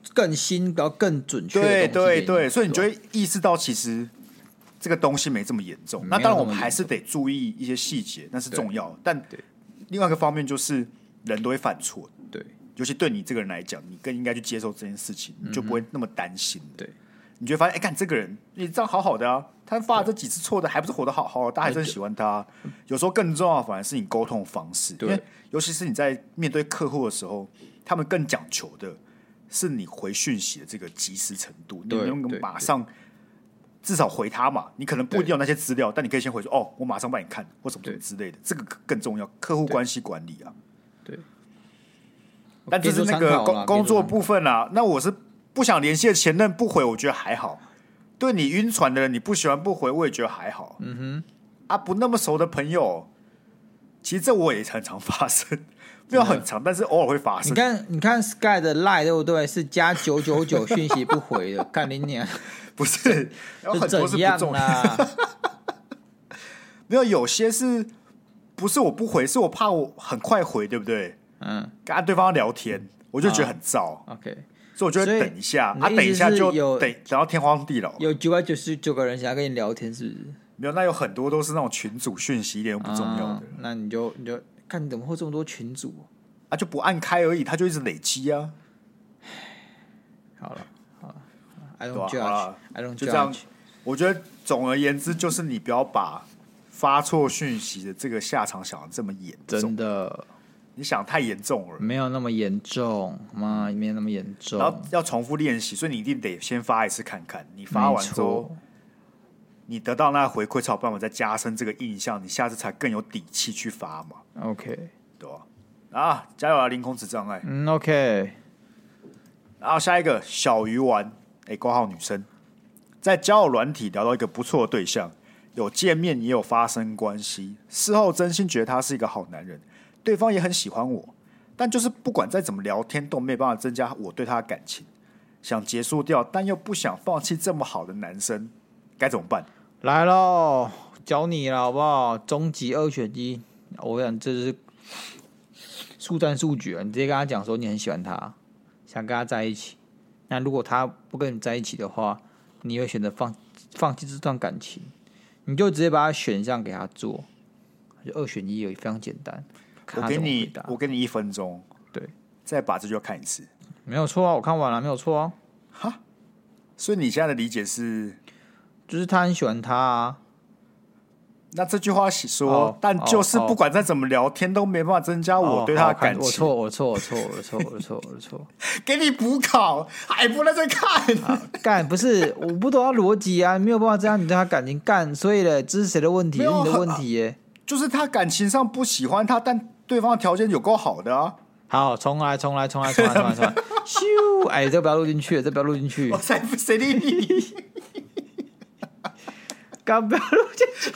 更新、然后更准确的对东西给你。 对，所以你就会意识到其实这个东西没这么严重。那当然我们还是得注意一些细节，那是重要的。但另外一个方面就是人都会犯错， 对， 尤其对你这个人来讲，你更应该去接受这件事情，你就不会那么担心。 对， 你就会发现，看这个人，你这样好好的啊，他犯了这几次错的，还不是活得好好的，大家还是很喜欢他。有时候更重要的反而是你沟通的方式，因为尤其是你在面对客户的时候，他们更讲求的是你回讯息的这个及时程度，你能不能马上至少回他嘛？你可能不一定有那些资料，但你可以先回说哦，我马上帮你看，或什么什么之类的，这个更重要。客户关系管理啊， 对。 但这是那个工作部分啊。那我是不想联系的前任不回，我觉得还好。对你晕船的人，你不喜欢不回，我也觉得还好。啊，不那么熟的朋友，其实这我也很常发生，没有很长，但是偶尔会发生。 你看 Sky 的 Line 对不对？是加999讯息不回的，干你娘！ 不是，有很多是不重要。没有，有些是不是我不回，是我怕我很快回，对不对？跟对方聊天，我就觉得很燥。 OK， 所以我就会等一下，等一下就等到天荒地老。 有999个人想要跟你聊天，是不是？ 没有，那有很多都是那种群组讯息，一点都不重要的。 那你就看你怎么会这么多群组啊？就不按开而已，它就一直累积啊。 好了，I don't judge，I don't judge。 就这样，我觉得总而言之，就是你不要把发错讯息的这个下场想的这么严重。 真的。 你想太严重了， 没有那么严重，妈，没有那么严重。 然后要重复练习，所以你一定得先发一次看看。你发完之后，你得到那个回馈，才有办法再加深这个印象，你下次才更有底气去发嘛。 OK， 对吧？啊，加油啊，零空子障碍。 OK。 然后下一个小鱼丸，挂号女生，在交友软体聊到一个不错的对象，有见面也有发生关系，事后真心觉得他是一个好男人。对方也很喜欢我，但就是不管再怎么聊天都没办法增加我对他的感情，想结束掉，但又不想放弃这么好的男生，该怎么办？ 来咯，教你了好不好？终极2选1，我想这是速战速决，你直接跟他讲说你很喜欢他，想跟他在一起。那如果他不跟你在一起的话，你会选择放弃这段感情，你就直接把选项给他做，就2选1而已，非常简单。 我给你1分钟， 对， 再把这句话看一次， 没有错啊，我看完了，没有错啊。 哈，所以你现在的理解是， 就是他很喜欢他啊。 那这句话说，但就是不管再怎么聊天都没办法增加我对他的感情。 我错， 给你补考，还不能再看？ 干不是，我不懂他逻辑啊，没有办法这样你对他感情干，所以嘞，这是谁的问题？是你的问题耶。 就是他感情上不喜欢他，但对方的条件有够好的啊！ 好，重来！咻，哎，这不要录进去， 我才不谁理你！ 刚不要录进去。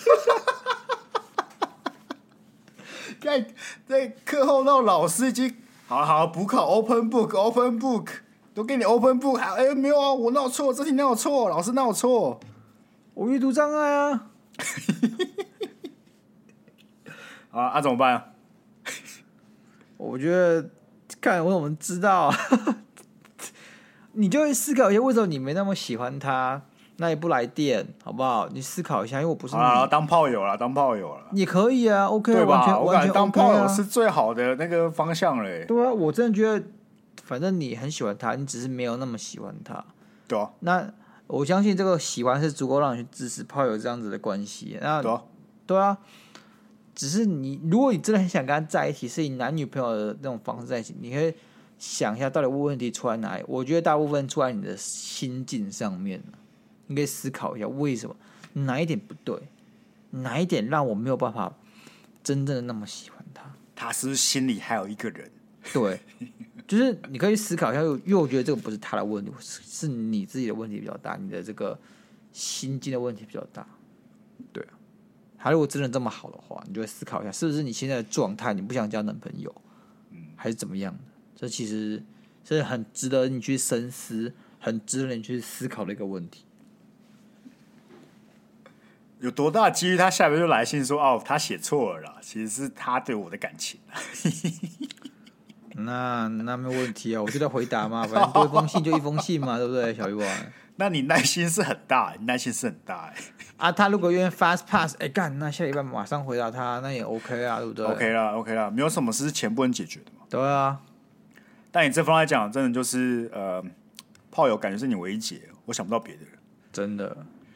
在课后那种老师已经好补考 open book 都给你 open book， 没有啊，我哪有错？这题哪有错？老师哪有错？ 我阅读障碍啊！ 啊，怎么办啊？ 我觉得，看我们知道，你就会思考一下，为什么你没那么喜欢他？那也不来电，好不好？你思考一下，因为我不是你。 当炮友了， 也可以啊 ，OK， 对吧？我感觉当炮友啊是最好的那个方向嘞。 对啊，我真的觉得，反正你很喜欢他，你只是没有那么喜欢他。 对啊。 那我相信这个喜欢是足够让你去支持炮友这样子的关系。那对啊。只是如果你真的很想跟他在一起，是以男女朋友的那种方式在一起，你可以想一下到底问题出在哪里。我觉得大部分出在你的心境上面，你可以思考一下为什么哪一点不对，哪一点让我没有办法真正的那么喜欢他。 他是不是心里还有一个人？ 对，就是你可以思考一下，因为我觉得这个不是他的问题，是你自己的问题比较大，你的这个心境的问题比较大。对啊。他如果真的这么好的话，你就会思考一下，是不是你现在的状态你不想交男朋友，还是怎么样的？这其实是很值得你去深思，很值得你去思考的一个问题。 有多大的几率他下边就来信说他写错了啦？其实是他对我的感情。 那没有问题啊，我就在回答嘛，反正多一封信就一封信嘛，对不对，小鱼丸？ 那你耐心是很大，你耐心是很大啊，他如果愿意 fast pass， 干，那下礼拜马上回答他，那也 OK 啊，对不对 ？OK 啦，没有什么事是钱不能解决的嘛。 对啊， 但你这方来讲，真的就是炮友感觉是你唯一解，我想不到别的人。 真的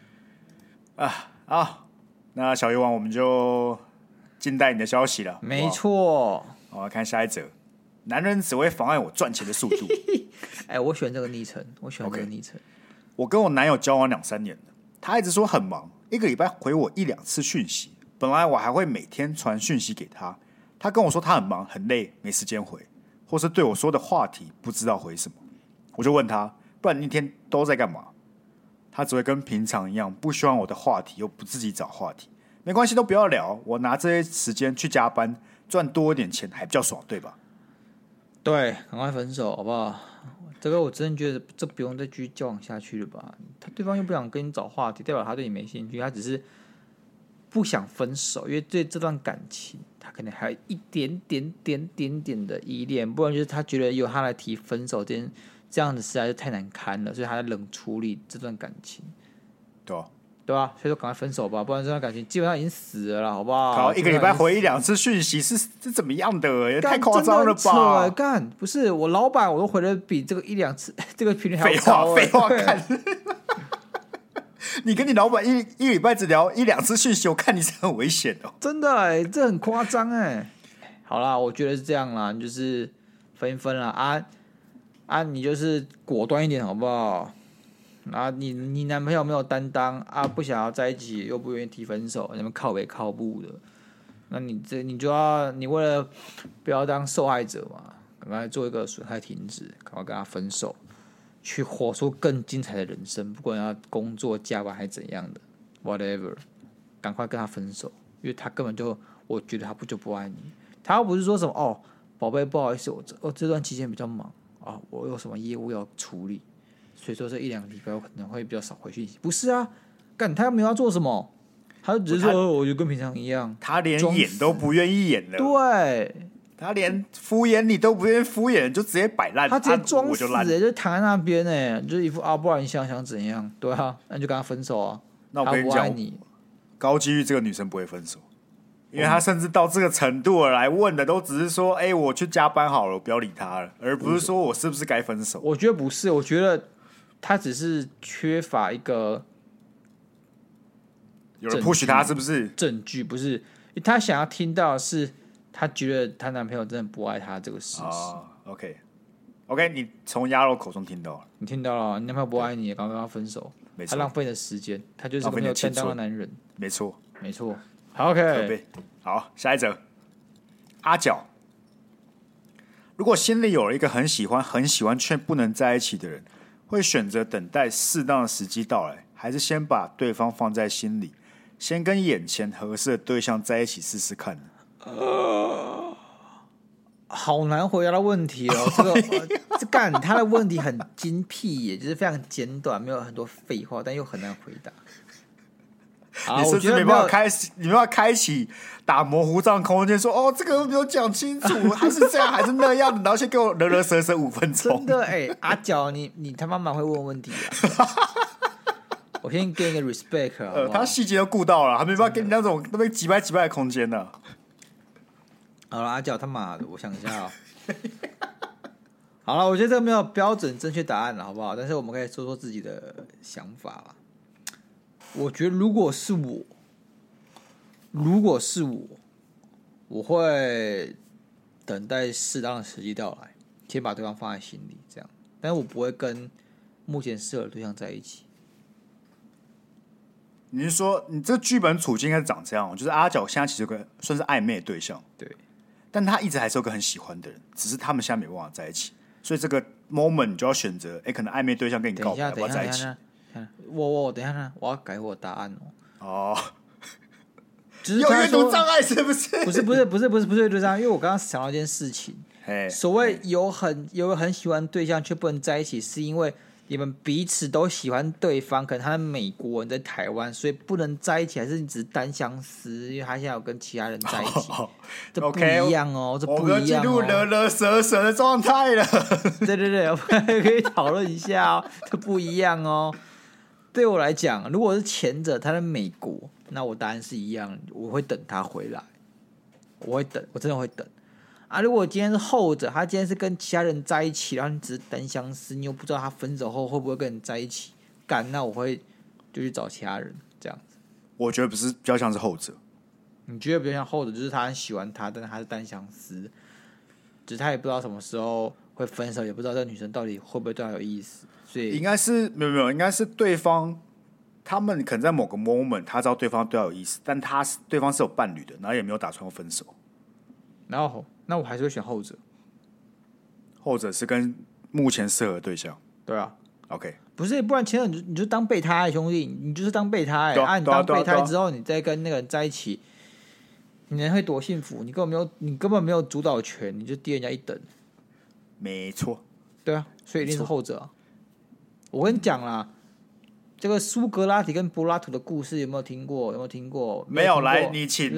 好，那小鱼丸我们就静待你的消息了。 没错。 好，看下一则，男人只会妨碍我赚钱的速度。 我喜欢这个昵称， 我跟我男友交往2-3年了，他一直说很忙，一个礼拜回我1-2次讯息。本来我还会每天传讯息给他，他跟我说他很忙很累，没时间回，或是对我说的话题不知道回什么。我就问他，不然你一天都在干嘛？他只会跟平常一样，不喜欢我的话题，又不自己找话题。没关系，都不要聊，我拿这些时间去加班，赚多一点钱还比较爽，对吧？ 对，赶快分手好不好？这个我真的觉得这不用再继续交往下去了吧？对方又不想跟你找话题，代表他对你没兴趣，他只是不想分手，因为对这段感情他可能还有一点点的依恋，不然就是他觉得由他来提分手这样子实在是太难堪了，所以他在冷处理这段感情，对吧？所以说赶快分手吧，不然这段感情基本上已经死了啦，好不好？ 好，一个礼拜回1-2次讯息是怎么样的？也太夸张了吧！ 干，不是我老板，我都回的比这个1-2次这个频率还要高。废话，干！你跟你老板一礼拜只聊1-2次讯息，我看你是很危险哦。 真的这很夸张好啦，我觉得是这样啦，你就是分一分啦你就是果断一点好不好？你男朋友没有担当不想要在一起，又不愿意提分手，你们靠北靠步的，那你为了不要当受害者嘛，赶快做一个损害停止，赶快跟他分手，去活出更精彩的人生，不管要工作加班还是怎样的 ，whatever， 赶快跟他分手，因为他根本就，我觉得他就不爱你，他又不是说什么宝贝不好意思，我这段期间比较忙我有什么业务要处理。所以说这1-2个礼拜我可能会比较少回讯息，不是啊？干他又没有要做什么，他就只是说我就跟平常一样， 他连演都不愿意演了， 对， 他连敷衍你都不愿意敷衍，就直接摆烂， 他直接装死就躺在那边就是一副不然你想怎样？对啊，那你就跟他分手啊。 那我跟你讲，高几率这个女生不会分手，因为她甚至到这个程度来问的都只是说，我去加班好了，我不要理他了，而不是说我是不是该分手。 我觉得不是，我觉得。他只是缺乏一个有人 push 他，是不是证据？不是，他想要听到的是，他觉得她男朋友真的不爱她这个事实。 OK， 你从鸭肉口中听到了， 你听到了，你男朋友不爱你，刚刚分手，他浪费你的时间，他就是个没有担当的男人。 没错。 好 ，OK， 好，下一则，阿角。如果心里有了一个很喜欢却不能在一起的人，会选择等待适当的时机到来，还是先把对方放在心里，先跟眼前合适的对象在一起试试看呢？ 好难回答的问题哦。他的问题很精辟耶，就是非常简短，没有很多废话，但又很难回答。 你甚至没办法开启打模糊账空间，说这个没有讲清楚，还是这样还是那样的，然后先给我惹舌5分钟。 真的阿角，你他妈蛮会问问题我先给你个 respect 好不好他细节都顾到了，还没办法给你那种那边几百的空间呢。 好了，阿角他妈的，我想一下好了，我觉得这个没有标准正确答案了，好不好？但是我们可以说说自己的想法啦。我觉得如果是我，我会等待适当的时机到来，先把对方放在心里，这样。但是我不会跟目前适合的对象在一起。 你是说，你这个剧本处境应该是长这样？就是阿角现在其实有个算是暧昧的对象， 对，但他一直还是有个很喜欢的人，只是他们现在没办法在一起，所以这个 moment 你就要选择，可能暧昧对象跟你告白，要不要在一起？ 我等一下呢，我要改我答案就是有阅读障碍是不是？ 不是阅读障碍，因为我刚刚想到一件事情，所谓有很喜欢对象却不能在一起，是因为你们彼此都喜欢对方，可能他在美国，你在台湾，所以不能在一起，还是你只是单相思？因为他现在有跟其他人在一起，这不一样哦，这不一样哦。 我们进入勒勒蛇蛇的状态了。 对对对，我们可以讨论一下哦，这不一样哦。对我来讲，如果是前者他在美国，那我答案是一样，我会等他回来，我会等，我真的会等。啊，如果今天是后者，他今天是跟其他人在一起，然后你只是单相思，你又不知道他分手后会不会跟人在一起，干，那我会就去找其他人这样子。 我觉得不是，比较像是后者。 你觉得比较像后者，就是他很喜欢他，但是他是单相思，只是他也不知道什么时候会分手，也不知道这个女生到底会不会对他有意思，所以应该是没有，应该是对方他们可能在某个 moment 他知道对方对他有意思，但对方是有伴侣的，然后也没有打算要分手。 然后那我还是会选后者。 后者是跟目前适合的对象。 对啊 ，OK， 不是，不然前者你就当备胎，兄弟，你就是当备胎。你当备胎之后，你再跟那个人在一起，你人会多幸福？你根本没有主导权，你就低人家一等。 没错， 对啊，所以一定是后者啊。我跟你讲啦，这个苏格拉底跟柏拉图的故事有没有听过？有没有听过？ 没有，来，你请。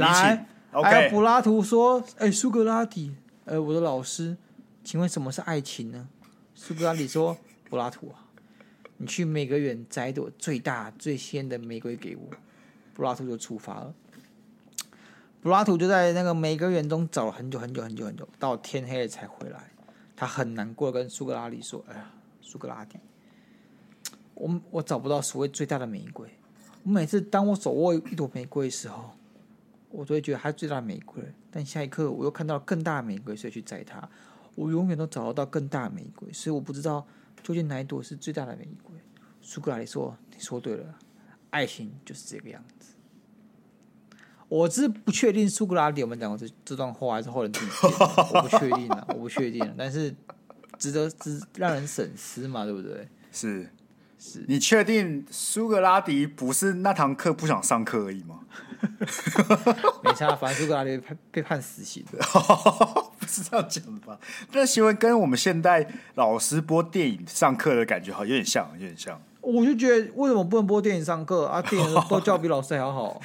OK，柏拉图说：“苏格拉底，我的老师，请问什么是爱情呢？”苏格拉底说：“柏拉图啊，你去玫瑰园摘一朵最大最鲜的玫瑰给我。”柏拉图就出发了。柏拉图就在那个玫瑰园中找了很久很久很久很久，到天黑了才回来。他很难过的跟苏格拉底说：“哎呀，苏格拉底，我找不到所谓最大的玫瑰。我每次当我手握一朵玫瑰的时候，我都会觉得它是最大的玫瑰，但下一刻我又看到更大的玫瑰，所以去摘它。我永远都找得到更大的玫瑰，所以我不知道究竟哪一朵是最大的玫瑰。”苏格拉底说：“你说对了，爱情就是这个样子。”我是不确定苏格拉底有没有讲过这段话，还是后人自己编的，我不确定，但是值得让人深思嘛，对不对？ 是，你确定苏格拉底不是那堂课不想上课而已吗？ 没差，反正苏格拉底被判死刑的。 不是这样讲的吧？这行为跟我们现代老师播电影上课的感觉好有点像，有点像。 我就觉得为什么不能播电影上课啊？电影都教比老师还要好。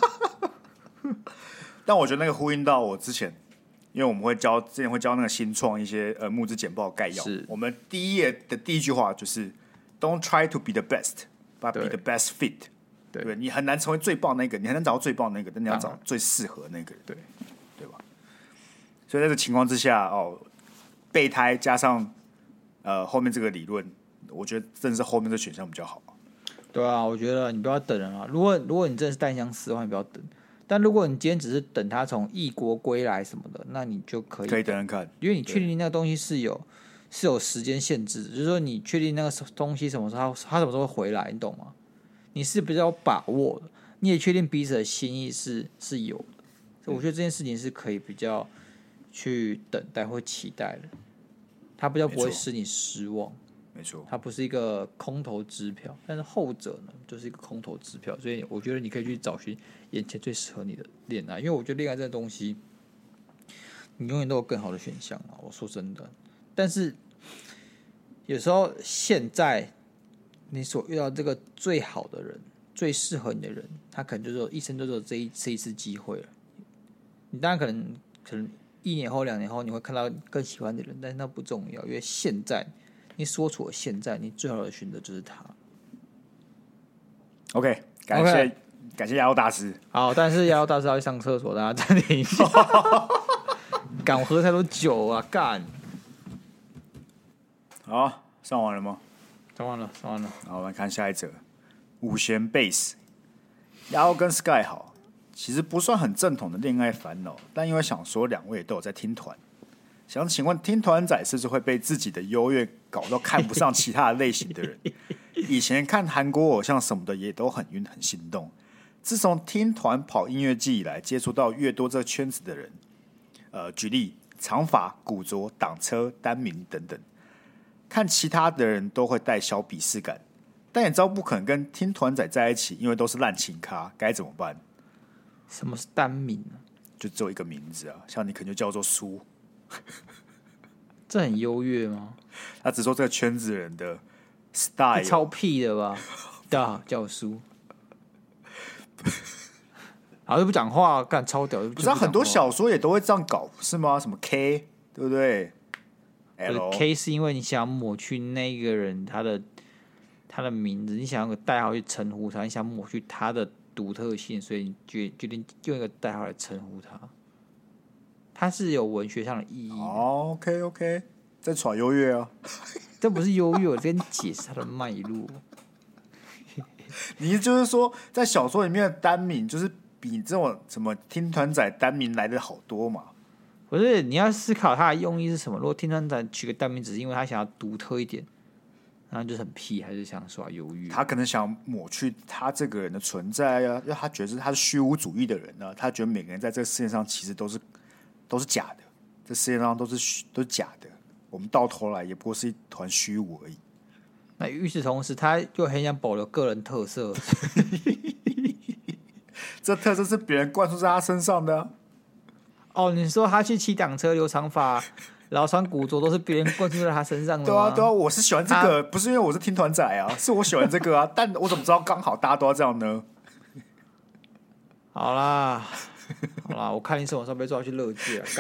但我觉得那个呼应到我之前，因为我们之前会教那个新创一些募资简报概要。我们第一页的第一句话就是 "Don't try to be the best, but be the best fit"。对，你很难成为最棒那个，你很难找到最棒那个，但你要找最适合那个，对吧？所以在这个情况之下，备胎加上后面这个理论，我觉得真的是后面这选项比较好。 对啊，我觉得你不要等人啊。如果你真的是单相思的话，你不要等。但如果你今天只是等他从异国归来什么的，那你就可以等等看， 因为你确定那个东西是有时间限制的，就是说你确定那个东西什么时候他什么时候会回来，你懂吗？你是比较有把握的，你也确定彼此的心意是有的，所以我觉得这件事情是可以比较去等待或期待的，它比较不会使你失望。 没错， 它不是一个空头支票，但是后者呢，就是一个空头支票。所以我觉得你可以去找寻眼前最适合你的恋爱，因为我觉得恋爱这个东西，你永远都有更好的选项啊。我说真的，但是有时候现在你所遇到这个最好的人、最适合你的人，他可能就是一生就只有这一次机会了。你当然可能1年后、2年后你会看到更喜欢的人，但是那不重要，因为现在。你所处的现在，你最好的选择就是他。 OK， 感谢亚欧大师。 好，但是亚欧大师要去上厕所，大家暂停一下。干，我喝太多酒啊！干。 好，上完了吗？ 上完了。 好，我们看下一则。五弦贝斯，亚欧跟 Sky 好，其实不算很正统的恋爱烦恼，但因为想说两位都有在听团。想请问，听团仔是不是会被自己的优越搞到看不上其他的类型的人？以前看韩国偶像什么的也都很晕很心动。自从听团跑音乐季以来，接触到越多这个圈子的人，举例长发、古着、挡车、单名等等，看其他的人都会带小鄙视感，但也知道不可能跟听团仔在一起，因为都是烂情咖，该怎么办？ 什么是单名啊？ 就只有一个名字啊，像你可能就叫做苏。 这很优越吗？ 他只说这个圈子人的 style 超屁的吧？大教书，然后就不讲话，干超屌。 不是、很多小说也都会这样搞，是吗？什么 K 对不对 ？K 是因为你想抹去那个人他的名字，你想用个代号去称呼他，你想抹去他的独特性，所以你决定用一个代号来称呼他。它是有文学上的意义的。 哦 ，OK， 在耍优越啊。 这不是优越，我跟你解释它的脉络。 你就是说，在小说里面的单名，就是比这种什么听团仔单名来的好多嘛？ 不是，你要思考它的用意是什么。如果听团仔取个单名，只是因为他想要独特一点，那就是很屁，还是想耍优越？ 他可能想抹去他这个人的存在啊，因为他觉得他是虚无主义的人啊，他觉得每个人在这个世界上其实都是假的，这世界上都是假的，我们到头来也不过是一团虚无而已。 那与此同时，他又很想保留个人特色， 这特色是别人灌输在他身上的、啊。 哦，你说他去骑挡车、留长发、然后穿古着，都是别人灌输在他身上的吗？ 对啊，对啊，我是喜欢这个，不是因为我是听团仔啊，是我喜欢这个啊。但我怎么知道刚好大家都要这样呢？ 好啦，我看你什么时候被抓去乐界啊！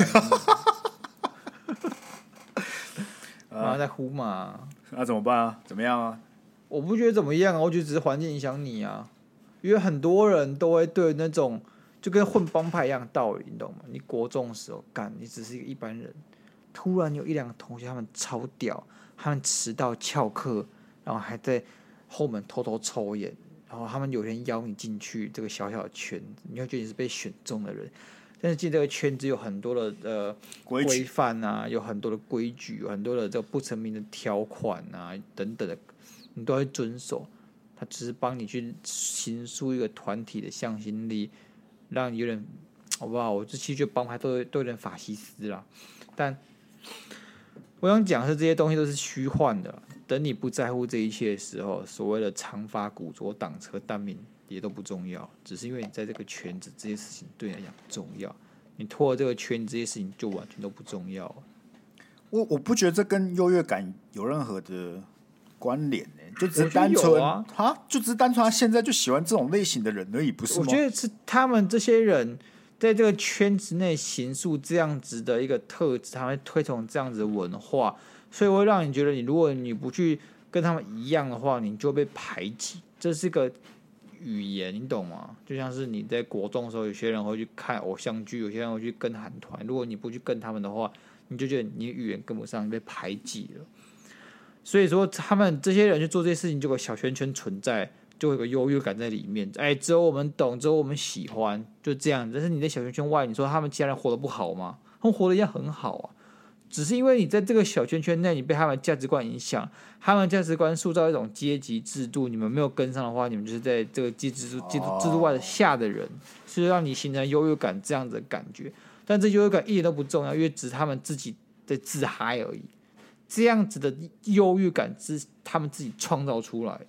然后再呼嘛， 那怎么办啊？怎么样啊？ 我不觉得怎么样啊，我觉得只是环境影响你啊。因为很多人都会对那种就跟混帮派一样的道理，你懂吗？你国中的时候干，你只是一个一般人，突然有一两个同学他们超屌，他们迟到翘课，然后还在后门偷偷抽烟，然后他们有人邀你进去这个小小的圈子，你会觉得你是被选中的人。但是进这个圈子有很多的规范啊，有很多的规矩，有很多的这个不成名的条款啊等等的，你都会遵守。他只是帮你去形塑一个团体的向心力，让你有点好不好？我这期觉得帮派都有点法西斯啦。但我想讲的是，这些东西都是虚幻的。等你不在乎这一切的时候，所谓的长发、古着、挡车、单名也都不重要，只是因为你在这个圈子，这些事情对你来讲重要。你脱了这个圈子，这些事情就完全都不重要了。 我不觉得这跟优越感有任何的关联就只是单纯啊， 就只是单纯他现在就喜欢这种类型的人而已，不是吗？ 我觉得是他们这些人在这个圈子内形塑这样子的一个特质，他们推崇这样子的文化，所以会让你觉得如果你不去跟他们一样的话，你就会被排挤。这是个语言，你懂吗？就像是你在国中的时候，有些人会去看偶像剧，有些人会去跟韩团。如果你不去跟他们的话，你就觉得你的语言跟不上，你被排挤了。所以说，他们这些人去做这些事情，就有个小圈圈存在，就会有个优越感在里面。只有我们懂，只有我们喜欢，就这样。但是你在小圈圈外，你说他们其他人活得不好吗？他们活得一样很好啊。只是因为你在这个小圈圈内，你被他们价值观影响，他们价值观塑造一种阶级制度，你们没有跟上的话，你们就是在这个阶级制度外的下的人，是让你形成优越感这样子的感觉。但这优越感一点都不重要，因为只是他们自己在自嗨而已。这样子的优越感是他们自己创造出来的。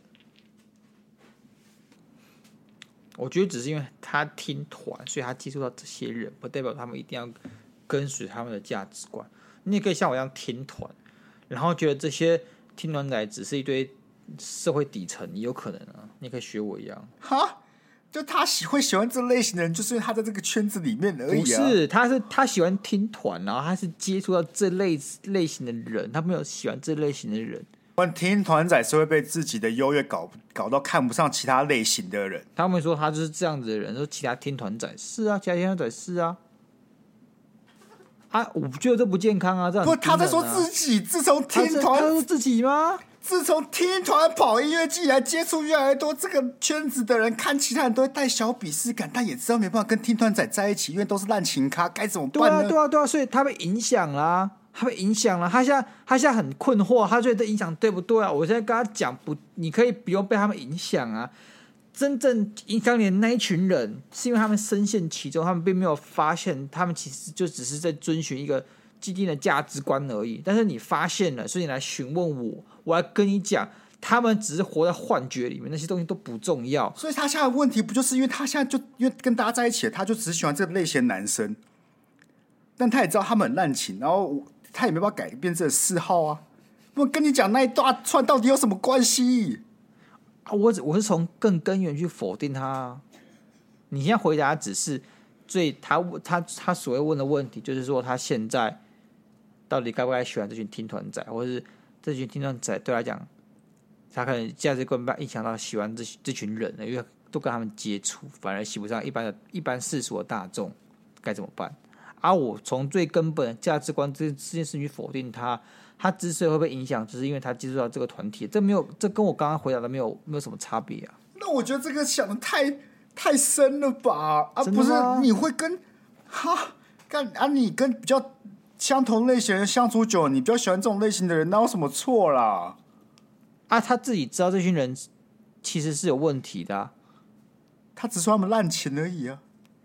我觉得只是因为他听团，所以他接触到这些人，不代表他们一定要跟随他们的价值观。你也可以像我一样听团，然后觉得这些听团仔只是一堆社会底层，也有可能啊。你也可以学我一样， 就他会喜欢这类型的人，就是因为他在这个圈子里面而已啊。 不是，他喜欢听团，然后他是接触到这类型的人，他没有喜欢这类型的人。 听团仔是会被自己的优越搞到看不上其他类型的人。 他们说他就是这样子的人，说其他听团仔是啊，其他听团仔是啊。我不觉得这不健康啊！这样、 不，他在说自己，自从听团， 他说自己吗？ 自从听团跑音乐季来接触越来越多这个圈子的人，看其他人都会带小鄙视感，但也知道没办法跟听团仔在一起，因为都是烂情咖，该怎么办呢？ 对啊，所以他被影响啦，他现在很困惑，他觉得这影响对不对啊？我现在跟他讲不，你可以不用被他们影响啊。真正影响你的那一群人，是因为他们深陷其中，他们并没有发现，他们其实就只是在遵循一个既定的价值观而已。但是你发现了，所以你来询问我，我来跟你讲，他们只是活在幻觉里面，那些东西都不重要。 所以他现在的问题不就是因为他现在就因为跟大家在一起，他就只是喜欢这类型的男生，但他也知道他们很滥情，然后他也没办法改变这个嗜好啊。 我跟你讲那一大串到底有什么关系啊？我是从更根源去否定他啊。你现在回答只是他所谓问的问题，就是说他现在到底该不该喜欢这群听团仔，或者是这群听团仔对他讲，他可能价值观被影响到喜欢这群人了，因为都跟他们接触，反而喜不上一般世俗的大众，该怎么办？我从最根本的价值观这件事情去否定他，他之所以会被影响，就是因为他接触到这个团体，这跟我刚刚回答的没有什么差别啊。 那我觉得这个想的太深了吧？不是你会跟你跟比较相同类型的人相处久了，你比较喜欢这种类型的人，那有什么错啦？ 他自己知道这群人其实是有问题的他只说他们滥情而已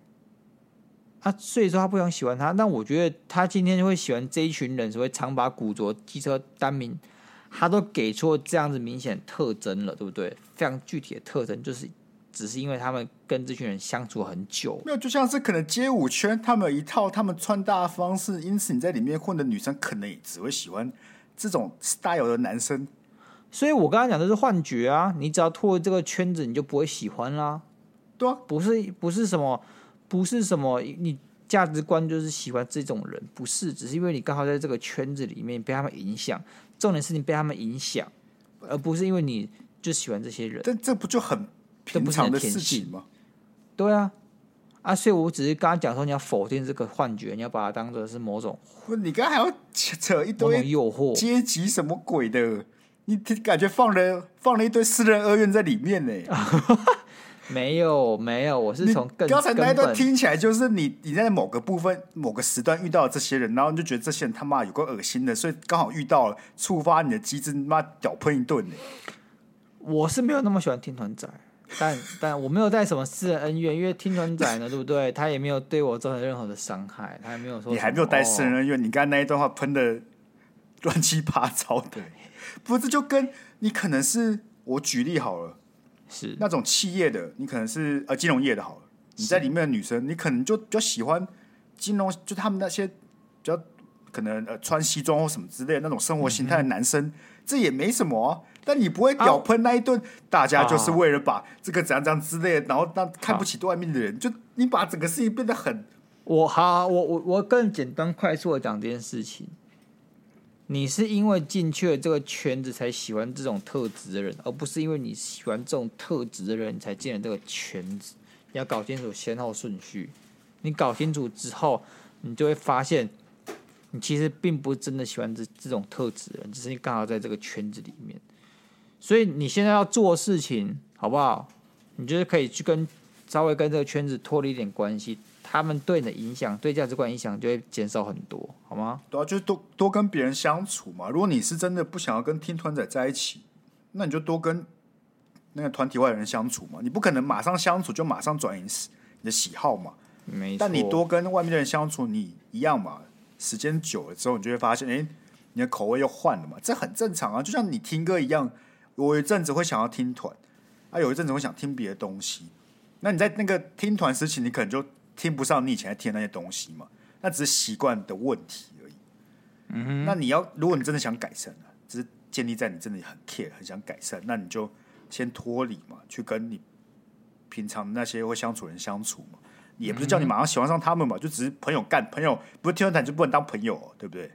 所以说他不想喜欢他。那我觉得他今天会喜欢这一群人，所谓长把古着、机车单名，他都给出这样子明显的特征了，对不对？非常具体的特征，就是只是因为他们跟这群人相处很久。 没有，就像是可能街舞圈他们有一套他们穿搭的方式，因此你在里面混的女生可能也只会喜欢这种 style 的男生。 所以我刚才讲的是幻觉啊，你只要脱离这个圈子，你就不会喜欢啦。 对啊， 不是什么，你价值观就是喜欢这种人，不是，只是因为你刚好在这个圈子里面被他们影响。重点是你被他们影响，而不是因为你就喜欢这些人。 但这不就很平常的事情吗？ 对啊，所以我只是刚刚讲说你要否定这个幻觉，你要把它当作是某种， 你刚刚还要扯一堆诱惑、 阶级什么鬼的，你感觉放了一堆私人恩怨在里面呢。 没有，我是从刚才那一段听起来就是你在某个部分、某个时段遇到这些人，然后你就觉得这些人他妈有够恶心的，所以刚好遇到了，触发你的机制，妈屌喷一顿呢。 我是没有那么喜欢听团仔，但我没有带什么私人恩怨，因为听团仔呢，对不对？他也没有对我造成任何的伤害，他也没有说你还没有带私人恩怨，你刚才那一段话喷的乱七八糟的，不是就跟你可能是我举例好了。 是那种企业的，你可能是金融业的好了，你在里面的女生，你可能就比较喜欢金融，就他们那些比较可能穿西装或什么之类的那种生活形态的男生，这也没什么啊。但你不会屌喷那一顿，大家就是为了把这个怎样怎样之类的，然后让看不起外面的人，就你把整个事情变得很…… 我更简单快速的讲这件事情。你是因为进去了这个圈子才喜欢这种特质的人，而不是因为你喜欢这种特质的人才进了这个圈子。你要搞清楚先后顺序，你搞清楚之后，你就会发现，你其实并不真的喜欢这种特质的人，只是你刚好在这个圈子里面。所以你现在要做事情，好不好？你就是可以去稍微跟这个圈子脱离一点关系。他们对你的影响，对价值观影响就会减少很多，好吗？ 对啊，就是多跟别人相处嘛。如果你是真的不想要跟听团仔在一起，那你就多跟那个团体外的人相处嘛。你不可能马上相处就马上转移你的喜好嘛。 没错。 但你多跟外面的人相处，你一样嘛。时间久了之后，你就会发现，你的口味又换了嘛。这很正常啊，就像你听歌一样。我有一阵子会想要听团，有一阵子会想听别的东西。那你在那个听团时期，你可能就听不上你以前在听的那些东西嘛，那只是习惯的问题而已。那如果你真的想改善只是建立在你真的很 care 很想改善，那你就先脱离嘛，去跟你平常那些会相处的人相处嘛。也不是叫你马上喜欢上他们嘛，就只是朋友干朋友，不是听团就不能当朋友，对不对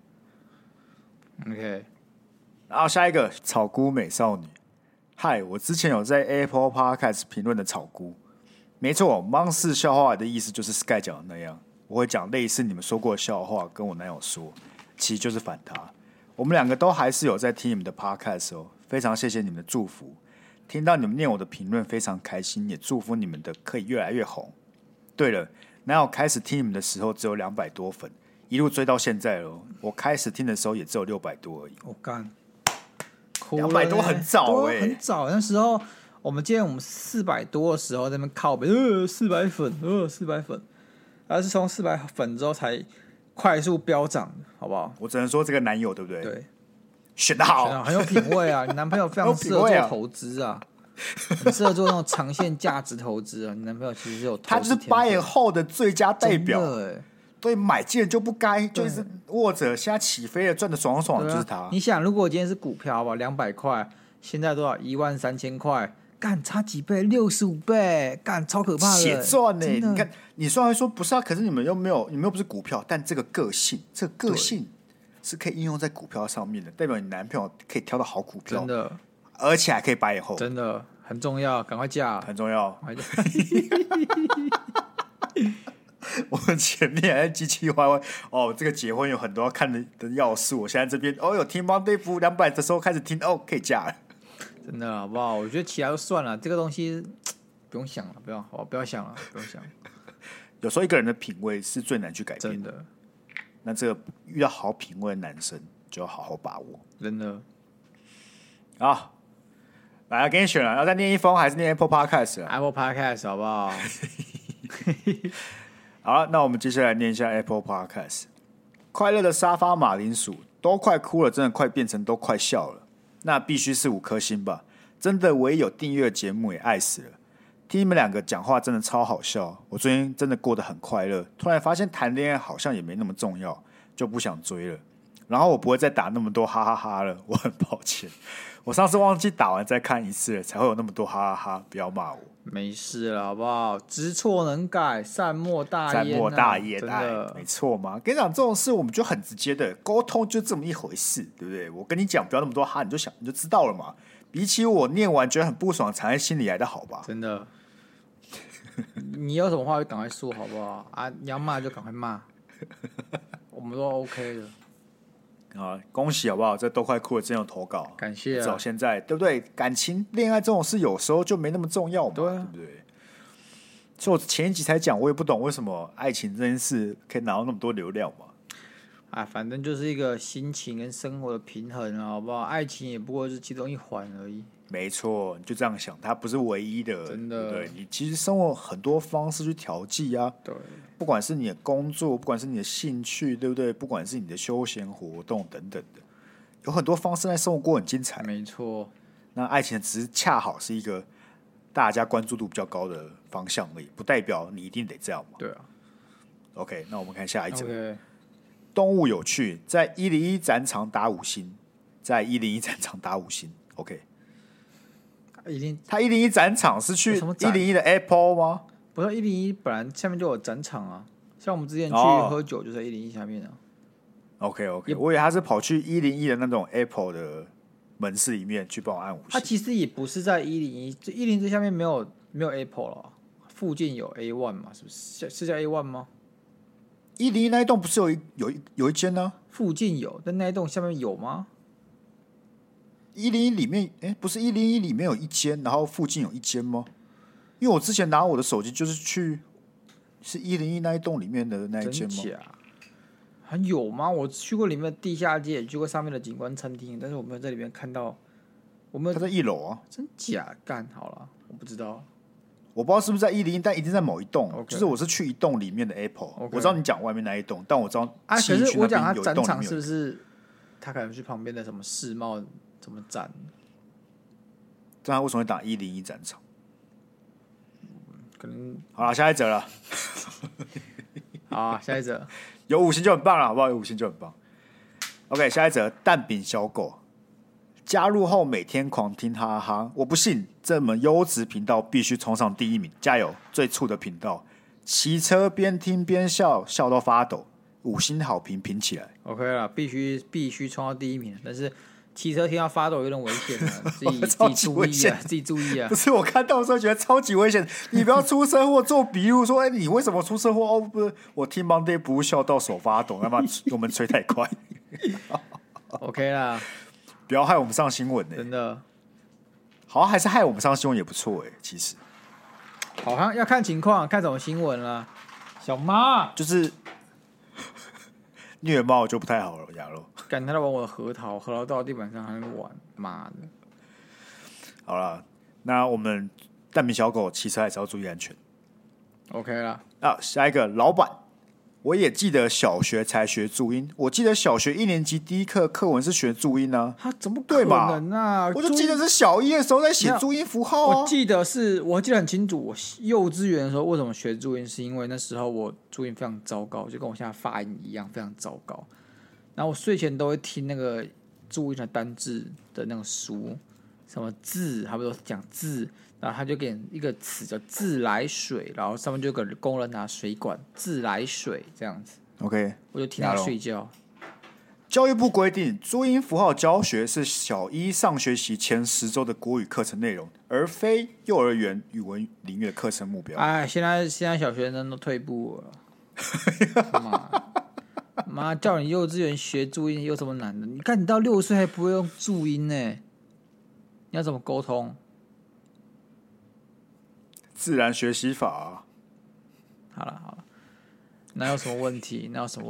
？OK。 然后下一个草菇美少女，嗨，我之前有在 Apple Podcast 评论的草菇。没错，芒式笑话的意思就是 Sky 讲的那样，我会讲类似你们说过的笑话，跟我男友说，其实就是反他。我们两个都还是有在听你们的 podcast 哦，非常谢谢你们的祝福。听到你们念我的评论，非常开心，也祝福你们的可以越来越红。对了，男友开始听你们的时候只有200多粉，一路追到现在了。我开始听的时候也只有600多而已。 我干 ，200多很早很早。那时候我们400多的时候在那边靠北，400粉，400粉，而是从400粉之后才快速飙涨的，好不好？ 我只能说这个男友对不对？ 对， 选得好， 很有品味啊！你男朋友非常适合做投资啊，很适合做那种长线价值投资啊。你男朋友其实是有投资， 他就是 buy and hold 的最佳代表。 对，买进人就不该，就是握着，现在起飞了，赚的爽爽的就是他。 你想，如果今天是股票吧，200块，现在多少？13000块，干差几倍？65倍，干超可怕的， 血赚呢！你看，你虽然说不是啊，可是你们又不是股票，但这个个性是可以应用在股票上面的，代表你男朋友可以挑到好股票， 真的， 而且还可以8年后， 真的很重要，赶快嫁， 很重要。我们前面还在唧唧歪歪哦，这个结婚有很多要看的要素。我现在这边有听 Monday 服200的时候开始听可以嫁了， 真的好不好？我觉得其他就算了，这个东西不用想了，不要想了，不用想。 有时候一个人的品味是最难去改变的，真的。 那这个遇到好品味的男生就要好好把握， 真的。 好，来给你选了，要再念一封还是念 Apple Podcast？Apple Podcast 好不好？ 好了，那我们接下来念一下 Apple Podcast。快乐的沙发马铃薯都快哭了，真的快变成都快笑了。那必须是5颗星吧？真的，唯一有订阅的节目也爱死了。听你们2个讲话真的超好笑。我最近真的过得很快乐，突然发现谈恋爱好像也没那么重要，就不想追了。然后我不会再打那么多哈哈哈了，我很抱歉。我上次忘记打完再看一次了，才会有那么多哈哈哈，不要骂我。 没事了，好不好？知错能改，善莫大焉。善莫大焉，没错嘛。跟你讲，这种事我们就很直接的沟通，就这么一回事，对不对？我跟你讲，不要那么多哈，你就知道了嘛。比起我念完觉得很不爽，藏在心里来的好吧？ 真的。你有什么话就赶快说，好不好？啊，你要骂就赶快骂，我们都 OK 的。 啊，恭喜好不好？这都快哭了，真有投稿， 感谢至少现在对不对？感情、恋爱这种事有时候就没那么重要嘛，对不对？所以我前一集才讲，我也不懂为什么爱情这件事可以拿到那么多流量嘛。 啊，反正就是一个心情跟生活的平衡啊，好不好？爱情也不过是其中一环而已。 没错，你就这样想，它不是唯一的， 真的。 对，你其实生活很多方式去调剂啊， 对， 不管是你的工作，不管是你的兴趣，对不对？不管是你的休闲活动等等的，有很多方式让生活过很精彩。 没错， 那爱情只是恰好是一个大家关注度比较高的方向而已，不代表你一定得这样嘛。 对啊。 OK， 那我们看下一则。 Okay. 动物有趣，在101展场打5星，在101展场打5星。OK。他101展场是去101的 Apple 吗？ 不是101，本来下面就有展场啊。像我们之前去喝酒，就在101下面啊。 OK， 我以为他是跑去101的那种 Apple 的门市里面去帮我按5星。 他其实也不是在101，这101这下面没有 Apple 了，附近有 A1 嘛？是不是？是叫 A1 吗 ？101那一栋不是有一间呢？ 附近有，但那一栋下面有吗 ？101里面，不是101里面有一间，然后附近有一间吗？因为我之前拿我的手机就是去，是101那一栋里面的那一间吗？ 真假？还有吗？我去过里面的地下街，也去过上面的景观餐厅，但是我没有在里面看到。 他在1楼啊？ 真假？干好了，我不知道。 我不知道是不是在101，但一定在某一栋。Okay. 就是我是去一栋里面的 Apple， 我知道你讲外面那一栋，但我知道可是我讲他展场是不是？他可能去旁边的什么世贸怎么展？ 这他为什么会打101展场？ 可能好了，下一则了。 好啊，下一则有5星就很棒了，好不好？有5星就很棒。OK， 下一则蛋饼小狗加入后每天狂听哈哈哈，我不信这么优质频道必须冲上第1名，加油！最酷的频道，骑车边听边笑，笑到发抖，5星好评评起来。 OK 啦，必须冲到第1名，但是骑车听到发抖有点危险啊，自己注意啊，自己注意啊！ 不是我看到的时候觉得超级危险，你不要出车祸。做比喻说，你为什么出车祸？哦，不是，我听 Monday 不笑到手发抖，他妈我们吹太快。 OK 啦。 不要害我们上新闻真的， 好像还是害我们上新闻也不错其实好像要看情况，看什么新闻啦。小妈就是虐猫就不太好了，亚肉。 赶他在玩我的核桃到地板上还没玩，妈的！ 好了，那我们蛋饼小狗骑车还是要注意安全。 OK 啦。 下一个老板我也记得小学才学注音，我记得小学1年级第一课课文是学注音啊， 他怎么可能啊？ 我就记得是小一的时候在写注音符号啊。 我记得很清楚，我幼稚园的时候为什么学注音，是因为那时候我注音非常糟糕，就跟我现在发音一样非常糟糕。然后我睡前都会听那个注音的单字的那个书，什么字，他们都讲字。然后他就给一个词叫自来水，然后上面就有个工人拿水管自来水这样子。 OK， 我就听他睡觉。 教育部规定，注音符号教学是小一上学期前10周的国语课程内容，而非幼儿园语文领域的课程目标。 哎，现在小学生都退步了。妈，叫你幼稚园学注音有什么难的？你看你到6岁还不会用注音呢，你要怎么沟通？ 自然学习法啊。 好了，哪有什么问题？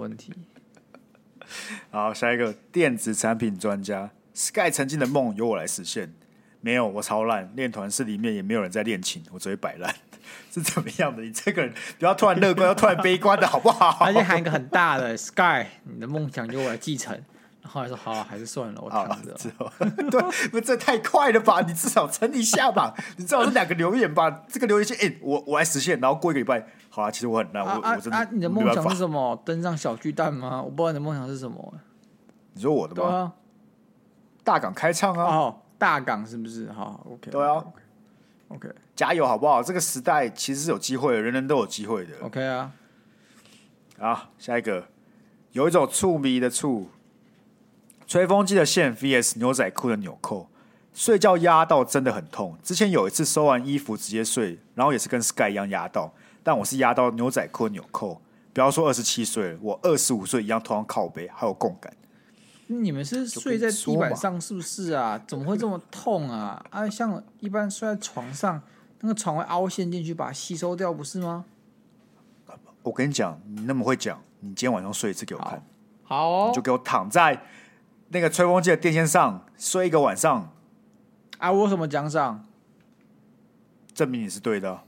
好，下一个电子产品专家 Sky 曾经的梦由我来实现。没有，我超烂，练团室里面也没有人在练琴，我只会摆烂。是怎么样的？你这个人不要突然乐观，要突然悲观的好不好？ 而且喊一个很大的 Sky， 你的梦想由我来继承。后来说好了，还是算了，我躺着。 对，不，这太快了吧？你至少撑一下吧，你至少是2个留言吧。这个留言先，我来实现，然后过1个礼拜，好啊，其实我很烂，我真的你的梦想是什么？登上小巨蛋吗？我不知道你的梦想是什么。 你说我的吗？ 对啊， 大港开唱啊！ 哦，大港是不是？好 ，OK。 对啊 ，OK， 加油好不好？这个时代其实是有机会的，人人都有机会的。 OK 啊。 好，下一个，有一种触迷的触。吹风机的线 vs 牛仔裤的纽扣，睡觉压到真的很痛。之前有一次收完衣服直接睡，然后也是跟 Sky 一样压到，但我是压到牛仔裤的纽扣。不要说27岁了，我25岁一样同样靠背，还有共感。 你们是睡在地板上是不是啊？怎么会这么痛啊？像一般睡在床上，那个床会凹陷进去把它吸收掉，不是吗？ 我跟你讲，你那么会讲，你今天晚上睡一次给我看。 好哦， 你就给我躺在那个吹风机的电线上睡1个晚上啊！我有什么奖赏？ 证明你是对的。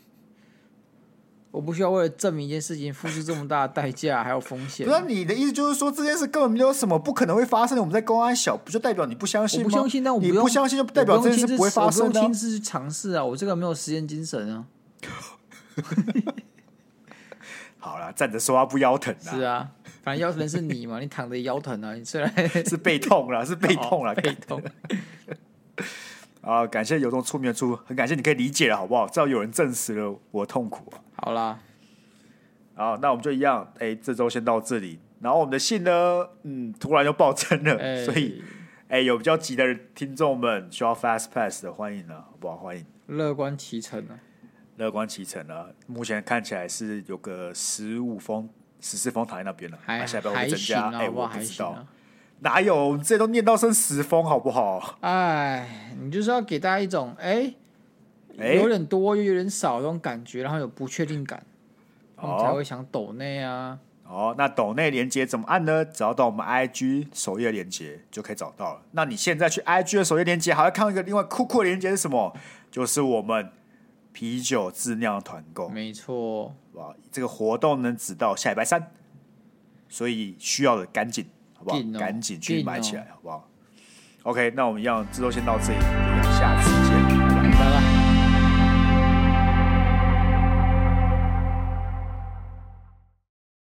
我不需要为了证明一件事情付出这么大的代价还有风险。 不是你的意思就是说这件事根本没有什么不可能会发生的？我们在公安小不就代表你不相信吗？ 我不相信，但你不相信就代表这件事不会发生我不用亲自去尝试啊！我这个没有实验精神啊。 好啦，站着说话不腰疼啊。 是啊，反正腰疼是你嘛，你躺着也腰疼啊。你虽然是背痛啦，是背痛啦， 背痛。 啊，感谢有种出名的出，很感谢你可以理解了，好不好？至少有人证实了我的痛苦啊。 好啦， 好，那我们就一样，这周先到这里。然后我们的信呢，突然就暴增了，所以，有比较急的听众们需要 Fast Pass 的，欢迎了，好不好？欢迎， 乐观其成啊， 乐观其成啊。目前看起来是有个14封躺在那边了，下边会增加，我不知道。哪有？我们这都念到剩10封，好不好？ 你就是要给大家一种有点多又有点少这种感觉，然后有不确定感，我们才会想抖内啊。 那抖内连结怎么按呢？只要到我们 IG 首页连结就可以找到了。那你现在去 IG 的首页连结，还会看到一个另外酷酷的连结是什么？就是我们啤酒自酿团购。 没错， 哇，这个活动能直到下礼拜3，所以需要的赶紧。好不好？赶紧去买起来，好不好 ？OK， 那我们一样，这周先到这里，下次。